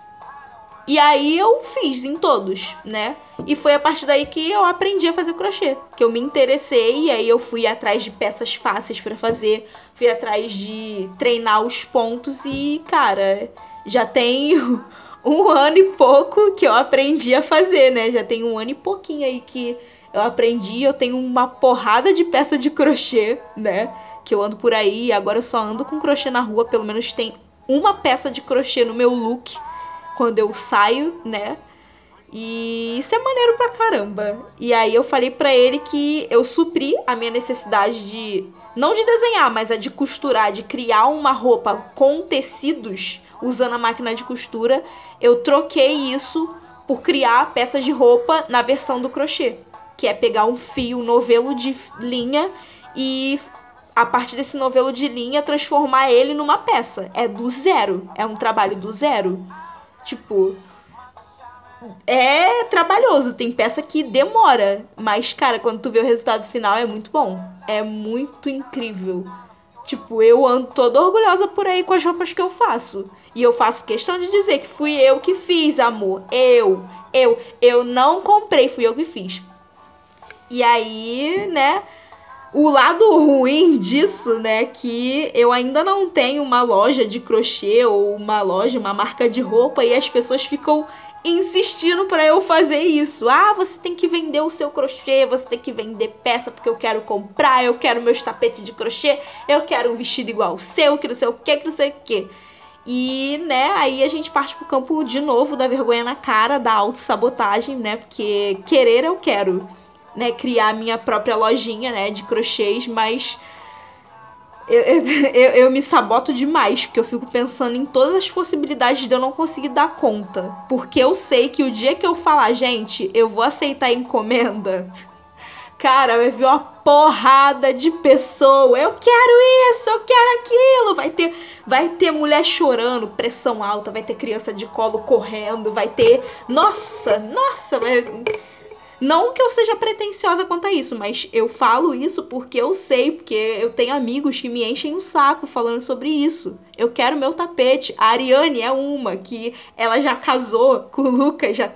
E aí eu fiz em todos, né? E foi a partir daí que eu aprendi a fazer crochê. Que eu me interessei e aí eu fui atrás de peças fáceis pra fazer. Fui atrás de treinar os pontos e, cara, já tem um ano e pouco que eu aprendi a fazer, né? Já tem um ano e pouquinho aí que eu aprendi. Eu tenho uma porrada de peça de crochê, né? Que eu ando por aí e agora eu só ando com crochê na rua. Pelo menos tem uma peça de crochê no meu look quando eu saio, né? E isso é maneiro pra caramba. E aí eu falei pra ele que eu supri a minha necessidade de, não de desenhar, mas a de costurar, de criar uma roupa com tecidos, usando a máquina de costura. Eu troquei isso por criar peças de roupa na versão do crochê, que é pegar um fio, um novelo de linha e, a partir desse novelo de linha, transformar ele numa peça. É do zero. É um trabalho do zero. Tipo, é trabalhoso, tem peça que demora, mas, cara, quando tu vê o resultado final é muito bom, é muito incrível. Tipo, eu ando toda orgulhosa por aí com as roupas que eu faço, e eu faço questão de dizer que fui eu que fiz, amor, eu, eu, eu não comprei, fui eu que fiz. E aí, né, o lado ruim disso, né, que eu ainda não tenho uma loja de crochê ou uma loja, uma marca de roupa e as pessoas ficam insistindo pra eu fazer isso. Ah, você tem que vender o seu crochê, você tem que vender peça porque eu quero comprar, eu quero meus tapetes de crochê, eu quero um vestido igual ao seu, que não sei o que, que não sei o que. E, né, aí a gente parte pro campo de novo da vergonha na cara, da autossabotagem, né, porque querer eu quero, né, criar minha própria lojinha, né, de crochês, mas eu, eu, eu me saboto demais, porque eu fico pensando em todas as possibilidades de eu não conseguir dar conta, porque eu sei que o dia que eu falar, gente, eu vou aceitar a encomenda, cara, vai vir uma porrada de pessoa, eu quero isso, eu quero aquilo, vai ter, vai ter mulher chorando, pressão alta, vai ter criança de colo correndo, vai ter, nossa, nossa, vai... Não que eu seja pretensiosa quanto a isso, mas eu falo isso porque eu sei, porque eu tenho amigos que me enchem o saco falando sobre isso. Eu quero meu tapete. A Ariane é uma que ela já casou com o Lucas, já tem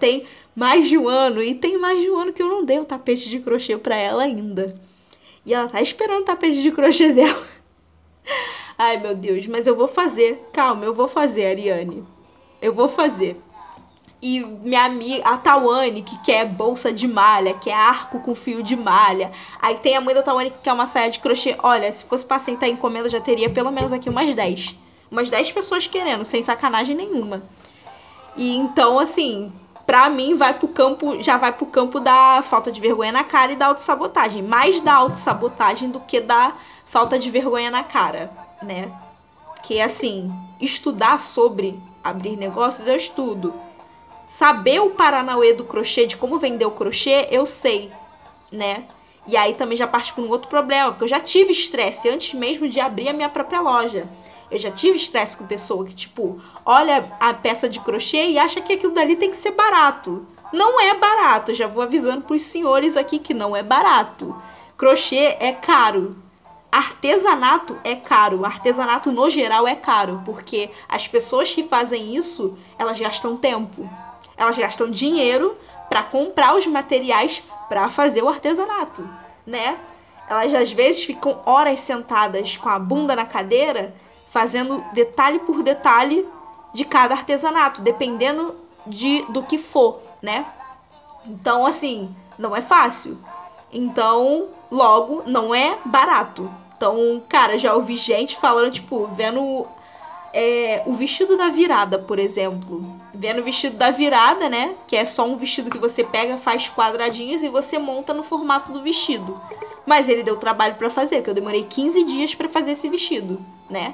mais de um ano, e tem mais de um ano que eu não dei o tapete de crochê pra ela ainda. E ela tá esperando o tapete de crochê dela. Ai, meu Deus, mas eu vou fazer. Calma, eu vou fazer, Ariane. Eu vou fazer. E minha amiga, a Tawane, que quer bolsa de malha, quer arco com fio de malha. Aí tem a mãe da Tawane que quer uma saia de crochê. Olha, se fosse pra aceitar encomenda, já teria pelo menos aqui umas dez. Umas dez pessoas querendo, sem sacanagem nenhuma. E então, assim, pra mim, vai pro campo, já vai pro campo da falta de vergonha na cara e da autossabotagem. Mais da autossabotagem do que da falta de vergonha na cara, né? Que, assim, estudar sobre abrir negócios, eu estudo. Saber o paranauê do crochê, de como vender o crochê, eu sei, né? E aí também já parte para um outro problema, porque eu já tive estresse antes mesmo de abrir a minha própria loja. Eu já tive estresse com pessoa que, tipo, olha a peça de crochê e acha que aquilo dali tem que ser barato. Não é barato, eu já vou avisando pros senhores aqui que não é barato. Crochê é caro. Artesanato é caro. Artesanato, no geral, é caro, porque as pessoas que fazem isso, elas gastam tempo. Elas gastam dinheiro para comprar os materiais para fazer o artesanato, né? Elas, às vezes, ficam horas sentadas com a bunda na cadeira, fazendo detalhe por detalhe de cada artesanato, dependendo de, do que for, né? Então, assim, não é fácil. Então, logo, não é barato. Então, cara, já ouvi gente falando, tipo, vendo é, o vestido da virada, por exemplo. Vendo o vestido da virada, né? Que é só um vestido que você pega, faz quadradinhos e você monta no formato do vestido. Mas ele deu trabalho pra fazer, porque eu demorei quinze dias pra fazer esse vestido, né?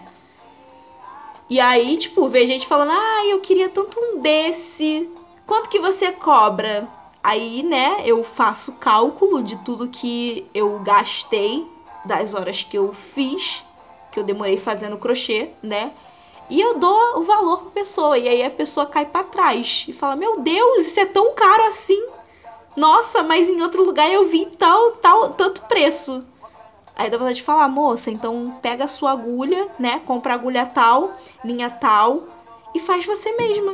E aí, tipo, vê gente falando, ah, eu queria tanto um desse. Quanto que você cobra? Aí, né, eu faço cálculo de tudo que eu gastei, das horas que eu fiz, que eu demorei fazendo crochê, né? E eu dou o valor pra pessoa. E aí a pessoa cai pra trás e fala, meu Deus, isso é tão caro assim. Nossa, mas em outro lugar eu vi tal, tal, tanto preço. Aí dá vontade de falar, moça, então pega a sua agulha, né? Compra agulha tal, linha tal e faz você mesma.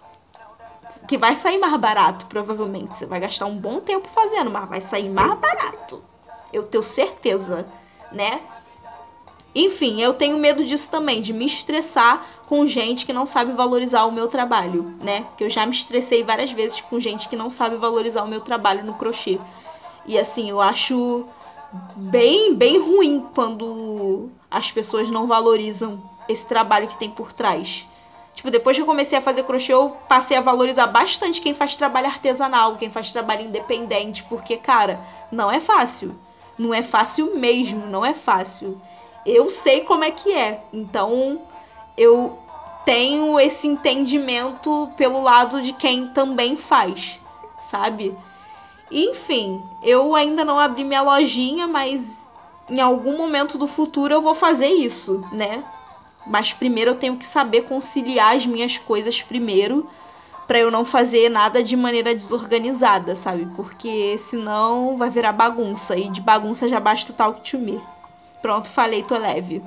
Que vai sair mais barato, provavelmente. Você vai gastar um bom tempo fazendo, mas vai sair mais barato. Eu tenho certeza, né? Enfim, eu tenho medo disso também, de me estressar com gente que não sabe valorizar o meu trabalho, né? Porque eu já me estressei várias vezes com gente que não sabe valorizar o meu trabalho no crochê. E assim, eu acho bem, bem ruim quando as pessoas não valorizam esse trabalho que tem por trás. Tipo, depois que eu comecei a fazer crochê, eu passei a valorizar bastante quem faz trabalho artesanal, quem faz trabalho independente, porque, cara, não é fácil. Não é fácil mesmo, não é fácil. Eu sei como é que é, então eu tenho esse entendimento pelo lado de quem também faz, sabe? Enfim, eu ainda não abri minha lojinha, mas em algum momento do futuro eu vou fazer isso, né? Mas primeiro eu tenho que saber conciliar as minhas coisas primeiro, pra eu não fazer nada de maneira desorganizada, sabe? Porque senão vai virar bagunça, e de bagunça já basta o talk to me. Pronto, falei, tô leve.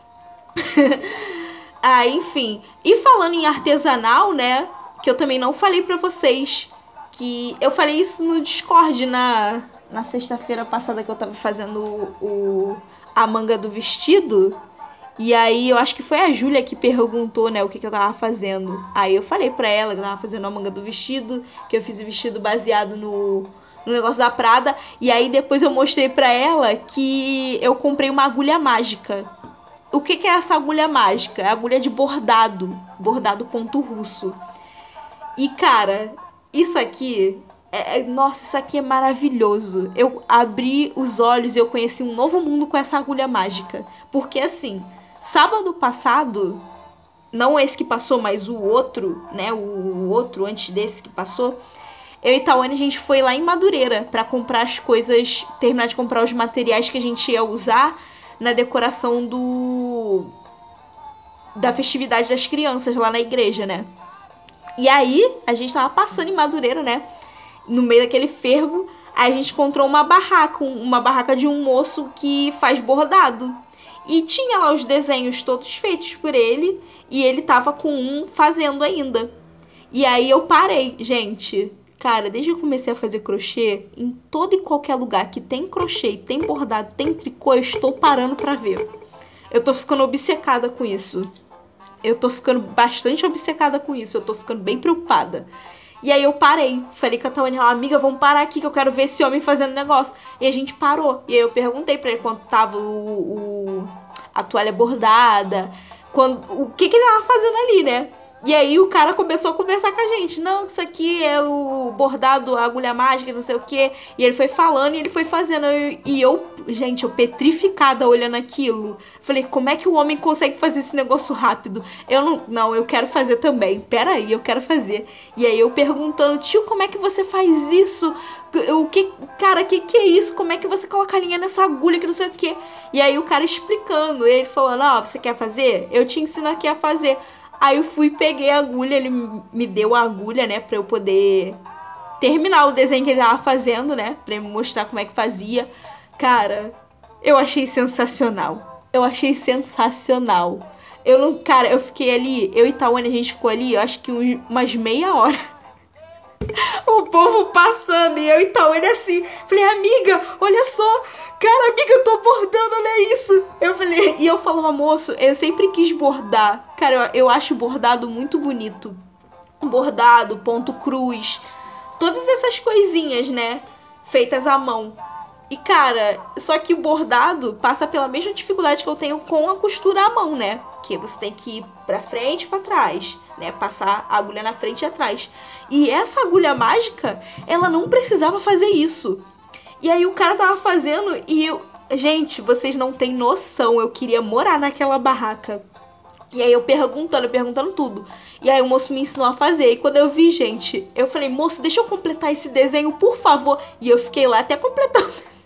Ah, enfim. E falando em artesanal, né? Que eu também não falei pra vocês. Que eu falei isso no Discord na, na sexta-feira passada que eu tava fazendo o, o, a manga do vestido. E aí eu acho que foi a Júlia que perguntou, né, o que, que eu tava fazendo. Aí eu falei pra ela que eu tava fazendo a manga do vestido, que eu fiz o vestido baseado no... no negócio da Prada, e aí depois eu mostrei pra ela que eu comprei uma agulha mágica. O que que é essa agulha mágica? É agulha de bordado, bordado ponto russo. E cara, isso aqui, é, é, nossa, isso aqui é maravilhoso. Eu abri os olhos e eu conheci um novo mundo com essa agulha mágica. Porque assim, sábado passado, não esse que passou, mas o outro, né, o outro antes desse que passou, eu e Tawane, a gente foi lá em Madureira pra comprar as coisas, terminar de comprar os materiais que a gente ia usar na decoração do da festividade das crianças lá na igreja, né? E aí, a gente tava passando em Madureira, né? No meio daquele fervo, aí a gente encontrou uma barraca, uma barraca de um moço que faz bordado. E tinha lá os desenhos todos feitos por ele, e ele tava com um fazendo ainda. E aí eu parei, gente... Cara, desde que eu comecei a fazer crochê, em todo e qualquer lugar que tem crochê, tem bordado, tem tricô, eu estou parando pra ver. Eu tô ficando obcecada com isso. Eu tô ficando bastante obcecada com isso. Eu tô ficando bem preocupada. E aí eu parei. Falei com a Tawane, amiga, vamos parar aqui que eu quero ver esse homem fazendo negócio. E a gente parou. E aí eu perguntei pra ele quando tava o, o a toalha bordada, quando, o que que ele tava fazendo ali, né? E aí o cara começou a conversar com a gente. Não, isso aqui é o bordado, a agulha mágica, não sei o quê. E ele foi falando e ele foi fazendo. E eu, gente, eu petrificada olhando aquilo. Falei, como é que o homem consegue fazer esse negócio rápido? Eu não, não, eu quero fazer também. Pera aí, eu quero fazer. E aí eu perguntando, tio, como é que você faz isso? O que, cara, que que é isso? Como é que você coloca a linha nessa agulha que não sei o quê? E aí o cara explicando, ele falando, ó, oh, você quer fazer? Eu te ensino aqui a fazer. Aí eu fui, peguei a agulha, ele me deu a agulha, né, pra eu poder terminar o desenho que ele tava fazendo, né, pra ele me mostrar como é que fazia. Cara, eu achei sensacional. Eu achei sensacional. Eu não, cara, eu fiquei ali, eu e Tawane, a gente ficou ali, eu acho que uns, umas meia hora. O povo passando e eu e Tawane assim. Falei, amiga, olha só. Cara, amiga, eu tô bordando, olha isso. Eu falei, e eu falava, moço, eu sempre quis bordar. Cara, eu, eu acho bordado muito bonito. Bordado, ponto cruz. Todas essas coisinhas, né? Feitas à mão. E, cara, só que o bordado passa pela mesma dificuldade que eu tenho com a costura à mão, né? Que você tem que ir pra frente e pra trás, né? Passar a agulha na frente e atrás. E essa agulha mágica, ela não precisava fazer isso. E aí o cara tava fazendo e eu... Gente, vocês não têm noção. Eu queria morar naquela barraca. E aí eu perguntando, eu perguntando tudo. E aí o moço me ensinou a fazer. E quando eu vi, gente, eu falei, moço, deixa eu completar esse desenho, por favor. E eu fiquei lá até completar o desenho.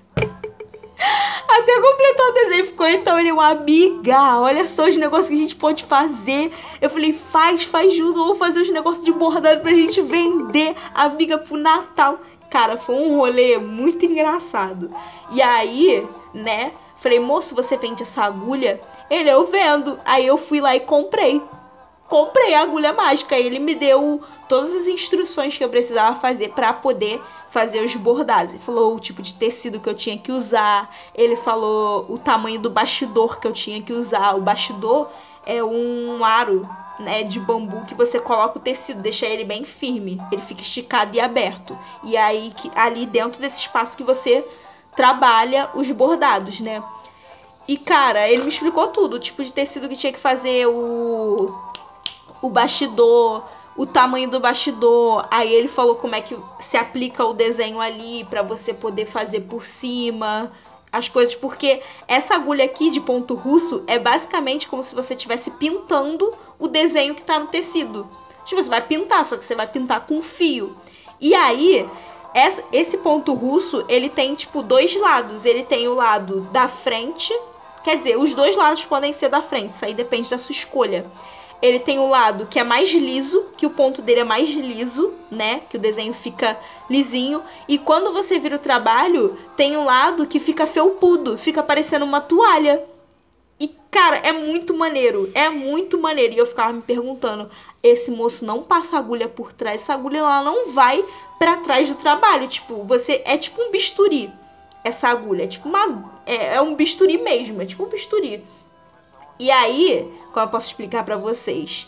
Até completar o desenho. Ficou então ele, uma amiga, olha só os negócios que a gente pode fazer. Eu falei, faz, faz junto. Vamos fazer os negócios de bordado pra gente vender, amiga, pro Natal. Cara, foi um rolê muito engraçado. E aí, né, falei, moço, você vende essa agulha? Ele, eu vendo. Aí eu fui lá e comprei. Comprei a agulha mágica. Aí ele me deu todas as instruções que eu precisava fazer pra poder fazer os bordados. Ele falou o tipo de tecido que eu tinha que usar. Ele falou o tamanho do bastidor que eu tinha que usar. O bastidor é um aro, né, de bambu que você coloca o tecido, deixa ele bem firme. Ele fica esticado e aberto. E aí, que, ali dentro desse espaço que você trabalha os bordados, né? E, cara, ele me explicou tudo. O tipo de tecido que tinha que fazer, o, o bastidor, o tamanho do bastidor. Aí ele falou como é que se aplica o desenho ali pra você poder fazer por cima as coisas, porque essa agulha aqui de ponto russo é basicamente como se você estivesse pintando o desenho que tá no tecido. Tipo, você vai pintar, só que você vai pintar com fio. E aí, esse ponto russo, ele tem, tipo, dois lados. Ele tem o lado da frente, quer dizer, os dois lados podem ser da frente, isso aí depende da sua escolha. Ele tem o lado que é mais liso, que o ponto dele é mais liso, né? Que o desenho fica lisinho. E quando você vira o trabalho, tem um lado que fica felpudo, fica parecendo uma toalha. E, cara, é muito maneiro, é muito maneiro. E eu ficava me perguntando, esse moço não passa agulha por trás, essa agulha lá não vai pra trás do trabalho. Tipo, você é tipo um bisturi, essa agulha. É tipo uma, é, é um bisturi mesmo, é tipo um bisturi. E aí, como eu posso explicar pra vocês?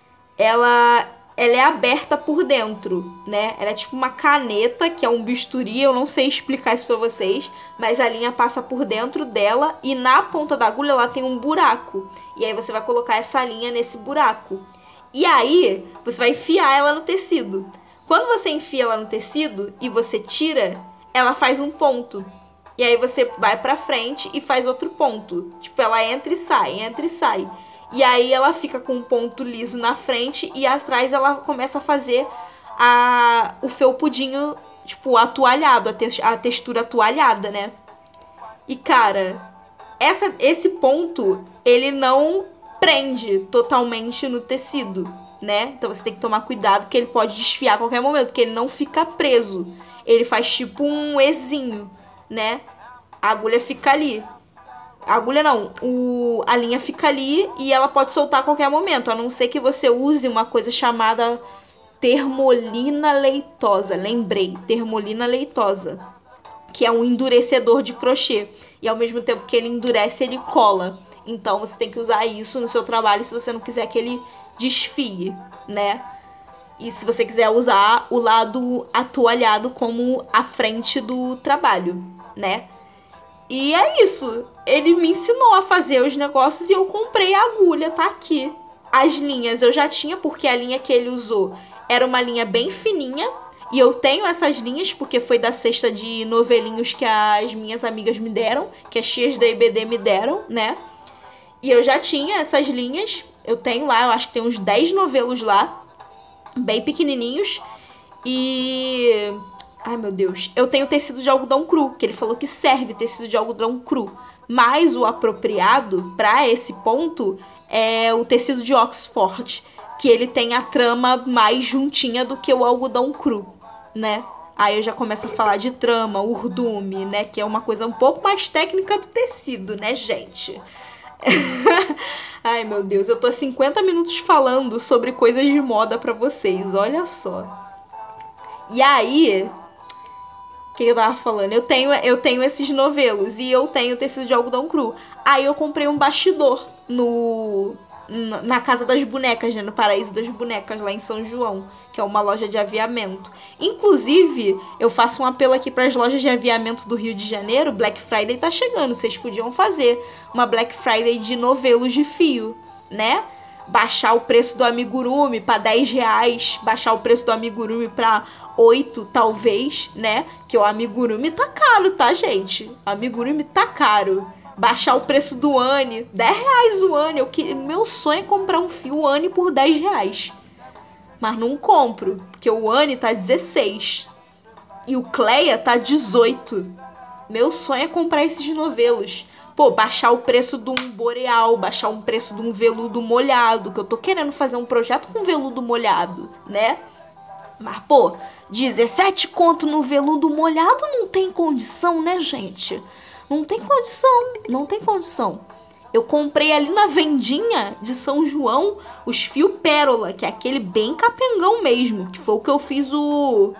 Ela, ela é aberta por dentro, né? Ela é tipo uma caneta, que é um bisturi. Eu não sei explicar isso pra vocês, mas a linha passa por dentro dela e na ponta da agulha ela tem um buraco. E aí você vai colocar essa linha nesse buraco. E aí, você vai enfiar ela no tecido. Quando você enfia ela no tecido e você tira, ela faz um ponto. E aí você vai pra frente e faz outro ponto. Tipo, ela entra e sai, entra e sai. E aí ela fica com um ponto liso na frente e atrás ela começa a fazer a, o felpudinho, tipo, atoalhado, a, te, a textura atoalhada, né? E, cara, essa, esse ponto, ele não prende totalmente no tecido, né? Então você tem que tomar cuidado porque ele pode desfiar a qualquer momento, porque ele não fica preso. Ele faz tipo um ezinho, né? A agulha fica ali. A agulha não, o, a linha fica ali e ela pode soltar a qualquer momento, a não ser que você use uma coisa chamada termolina leitosa. Lembrei, termolina leitosa, que é um endurecedor de crochê. E ao mesmo tempo que ele endurece, ele cola. Então você tem que usar isso no seu trabalho se você não quiser que ele desfie, né? E se você quiser usar o lado atoalhado como a frente do trabalho, né? E é isso. Ele me ensinou a fazer os negócios e eu comprei a agulha, tá aqui. As linhas eu já tinha, porque a linha que ele usou era uma linha bem fininha. E eu tenho essas linhas porque foi da cesta de novelinhos que as minhas amigas me deram, que as tias da I B D me deram, né? E eu já tinha essas linhas. Eu tenho lá, eu acho que tem uns dez novelos lá, bem pequenininhos. E... ai, meu Deus. Eu tenho tecido de algodão cru, que ele falou que serve tecido de algodão cru. Mas o apropriado para esse ponto é o tecido de Oxford, que ele tem a trama mais juntinha do que o algodão cru, né? Aí eu já começo a falar de trama, urdume, né? Que é uma coisa um pouco mais técnica do tecido, né, gente? Ai, meu Deus, eu tô cinquenta minutos falando sobre coisas de moda pra vocês, olha só. E aí, o que eu tava falando? Eu tenho, eu tenho esses novelos e eu tenho tecido de algodão cru. Aí eu comprei um bastidor no, na Casa das Bonecas, né? No Paraíso das Bonecas, lá em São João, que é uma loja de aviamento. Inclusive, eu faço um apelo aqui para as lojas de aviamento do Rio de Janeiro. Black Friday tá chegando, vocês podiam fazer uma Black Friday de novelos de fio, né? Baixar o preço do amigurumi para dez reais, baixar o preço do amigurumi para oito, talvez, né? Que o amigurumi tá caro, tá, gente? O amigurumi tá caro. Baixar o preço do Anne, dez reais o Anne. Eu que... Meu sonho é comprar um fio Anne por dez reais. Mas não compro, porque o Anne tá dezesseis. E o Cleia tá dezoito. Meu sonho é comprar esses novelos. Pô, baixar o preço de um boreal, baixar o preço de um veludo molhado, que eu tô querendo fazer um projeto com veludo molhado, né? Mas, pô, dezessete conto no veludo molhado não tem condição, né, gente? Não tem condição, não tem condição. Eu comprei ali na vendinha de São João os fios pérola, que é aquele bem capengão mesmo, que foi o que eu fiz o,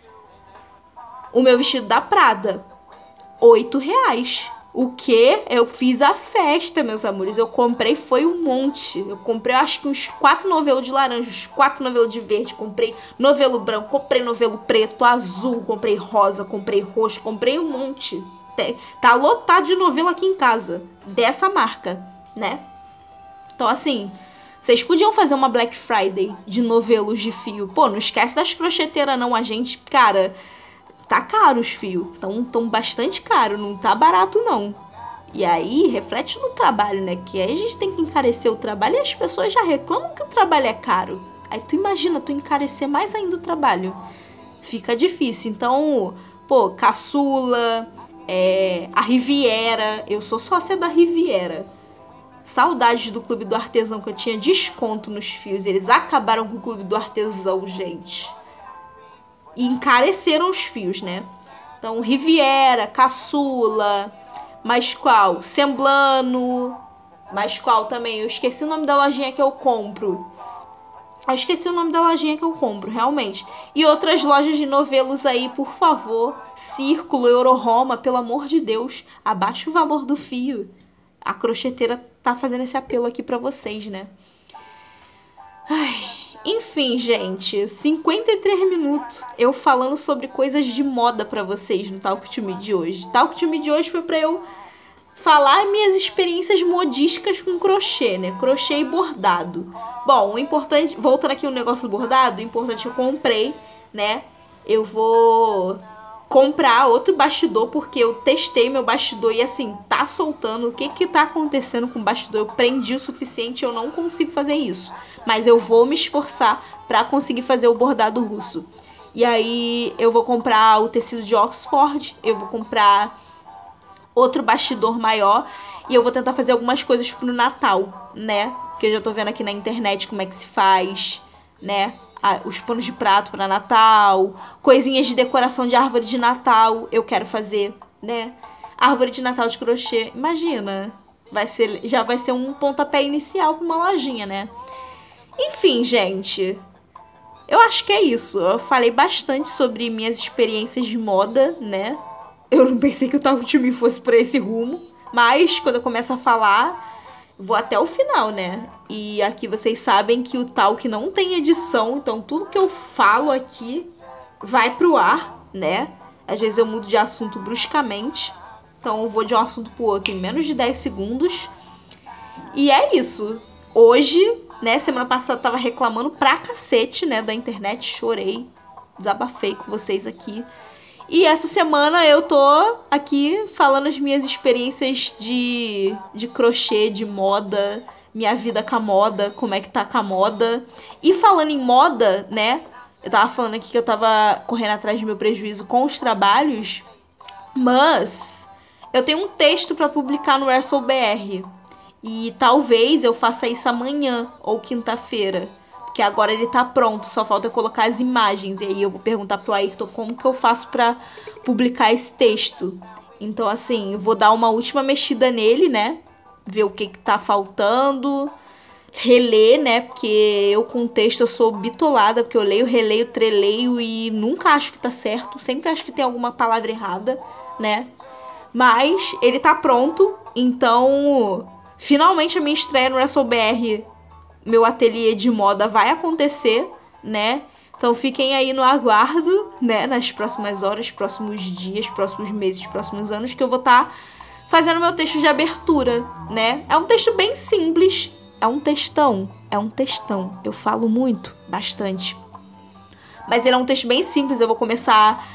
o meu vestido da Prada. Oito reais. O que? Eu fiz a festa, meus amores. Eu comprei, foi um monte. Eu comprei, acho que uns quatro novelos de laranja, uns quatro novelos de verde. Comprei novelo branco, comprei novelo preto, azul, comprei rosa, comprei roxo, comprei um monte. Tá lotado de novelo aqui em casa, dessa marca, né? Então, assim, vocês podiam fazer uma Black Friday de novelos de fio. Pô, não esquece das crocheteiras, não. A gente, cara... Tá caro os fios, tão, tão bastante caro, não tá barato não. E aí reflete no trabalho, né? Que aí a gente tem que encarecer o trabalho e as pessoas já reclamam que o trabalho é caro. Aí tu imagina, tu encarecer mais ainda o trabalho. Fica difícil. Então, pô, Caçula, é, a Riviera, eu sou sócia da Riviera. Saudades do Clube do Artesão, que eu tinha desconto nos fios. Eles acabaram com o Clube do Artesão, gente. E encareceram os fios, né? Então, Riviera, Caçula, mais qual? Semblano, mais qual também? Eu esqueci o nome da lojinha que eu compro. Eu esqueci o nome da lojinha que eu compro, realmente. E outras lojas de novelos aí, por favor. Círculo, Euroroma, pelo amor de Deus. Abaixa o valor do fio. A crocheteira tá fazendo esse apelo aqui pra vocês, né? Ai... Enfim, gente, cinquenta e três minutos eu falando sobre coisas de moda pra vocês no Talk to Me de hoje. Talk to Me de hoje foi pra eu falar minhas experiências modísticas com crochê, né? Crochê e bordado. Bom, o importante, voltando aqui o negócio do bordado, o importante é que eu comprei, né? Eu vou comprar outro bastidor, porque eu testei meu bastidor e assim, tá soltando. O que que tá acontecendo com o bastidor? Eu prendi o suficiente, eu não consigo fazer isso. Mas eu vou me esforçar pra conseguir fazer o bordado russo. E aí eu vou comprar o tecido de Oxford, eu vou comprar outro bastidor maior e eu vou tentar fazer algumas coisas pro Natal, né? Porque eu já tô vendo aqui na internet como é que se faz, né? Ah, os panos de prato para Natal, coisinhas de decoração de árvore de Natal, eu quero fazer, né? Árvore de Natal de crochê, imagina, vai ser, já vai ser um pontapé inicial para uma lojinha, né? Enfim, gente, eu acho que é isso. Eu falei bastante sobre minhas experiências de moda, né? Eu não pensei que o Talk to Me fosse por esse rumo. Mas, quando eu começo a falar, vou até o final, né? E aqui vocês sabem que o Talk não tem edição. Então, tudo que eu falo aqui vai pro ar, né? Às vezes eu mudo de assunto bruscamente. Então, eu vou de um assunto pro outro em menos de dez segundos. E é isso. Hoje, né, semana passada eu tava reclamando pra cacete, né, da internet. Chorei, desabafei com vocês aqui. E essa semana eu tô aqui falando as minhas experiências de, de crochê, de moda, minha vida com a moda, como é que tá com a moda. E falando em moda, né, eu tava falando aqui que eu tava correndo atrás do meu prejuízo com os trabalhos, mas eu tenho um texto pra publicar no WrestleBR. E talvez eu faça isso amanhã ou quinta-feira. Porque agora ele tá pronto, só falta eu colocar as imagens. E aí eu vou perguntar pro Ayrton como que eu faço pra publicar esse texto. Então, assim, eu vou dar uma última mexida nele, né? Ver o que que tá faltando. Reler, né? Porque eu com texto eu sou bitolada. Porque eu leio, releio, treleio e nunca acho que tá certo. Sempre acho que tem alguma palavra errada, né? Mas ele tá pronto, então... Finalmente a minha estreia no WrestleBR, meu ateliê de moda vai acontecer, né? Então fiquem aí no aguardo, né? Nas próximas horas, próximos dias, próximos meses, próximos anos, que eu vou estar tá fazendo meu texto de abertura, né? É um texto bem simples, é um textão, é um textão. Eu falo muito, bastante. Mas ele é um texto bem simples, eu vou começar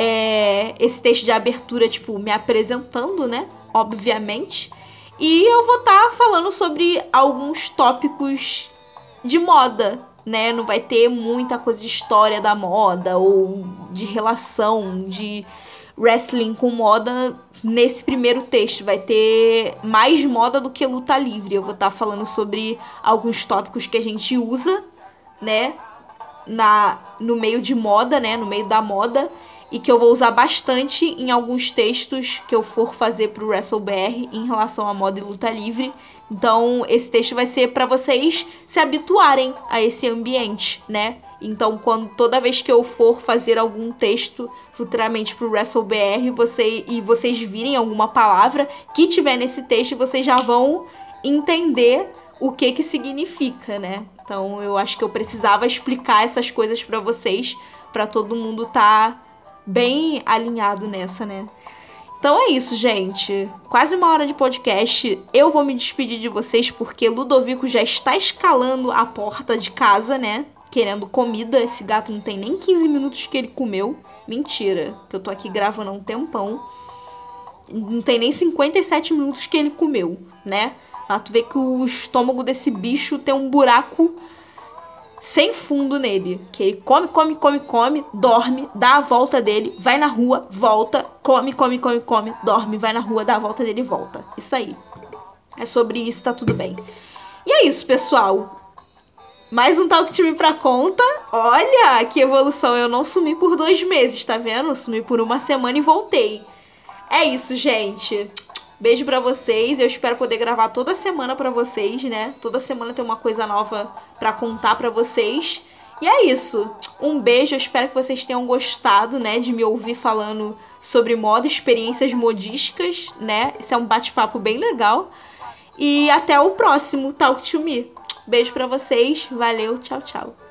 é, esse texto de abertura, tipo, me apresentando, né? Obviamente. E eu vou estar tá falando sobre alguns tópicos de moda, né? Não vai ter muita coisa de história da moda ou de relação de wrestling com moda nesse primeiro texto. Vai ter mais moda do que luta livre. Eu vou estar tá falando sobre alguns tópicos que a gente usa, né? Na, no meio de moda, né? No meio da moda. E que eu vou usar bastante em alguns textos que eu for fazer pro WrestleBR em relação à moda e luta livre. Então, esse texto vai ser para vocês se habituarem a esse ambiente, né? Então, quando toda vez que eu for fazer algum texto futuramente pro WrestleBR, você, e vocês virem alguma palavra que tiver nesse texto, vocês já vão entender o que que significa, né? Então, eu acho que eu precisava explicar essas coisas para vocês, para todo mundo tá bem alinhado nessa, né? Então é isso, gente. Quase uma hora de podcast. Eu vou me despedir de vocês porque Ludovico já está escalando a porta de casa, né? Querendo comida. Esse gato não tem nem quinze minutos que ele comeu. Mentira, que eu tô aqui gravando há um tempão. Não tem nem cinquenta e sete minutos que ele comeu, né? Mas tu vê que o estômago desse bicho tem um buraco sem fundo nele, que ele come, come, come, come, dorme, dá a volta dele, vai na rua, volta, come, come, come, come, dorme, vai na rua, dá a volta dele e volta. Isso aí. É sobre isso, tá tudo bem. E é isso, pessoal. Mais um Talk to Me pra conta. Olha, que evolução. Eu não sumi por dois meses, tá vendo? Eu sumi por uma semana e voltei. É isso, gente. Beijo pra vocês, eu espero poder gravar toda semana pra vocês, né? Toda semana tem uma coisa nova pra contar pra vocês. E é isso. Um beijo, eu espero que vocês tenham gostado, né? De me ouvir falando sobre moda, experiências modísticas, né? Isso é um bate-papo bem legal. E até o próximo Talk to Me. Beijo pra vocês, valeu, tchau, tchau.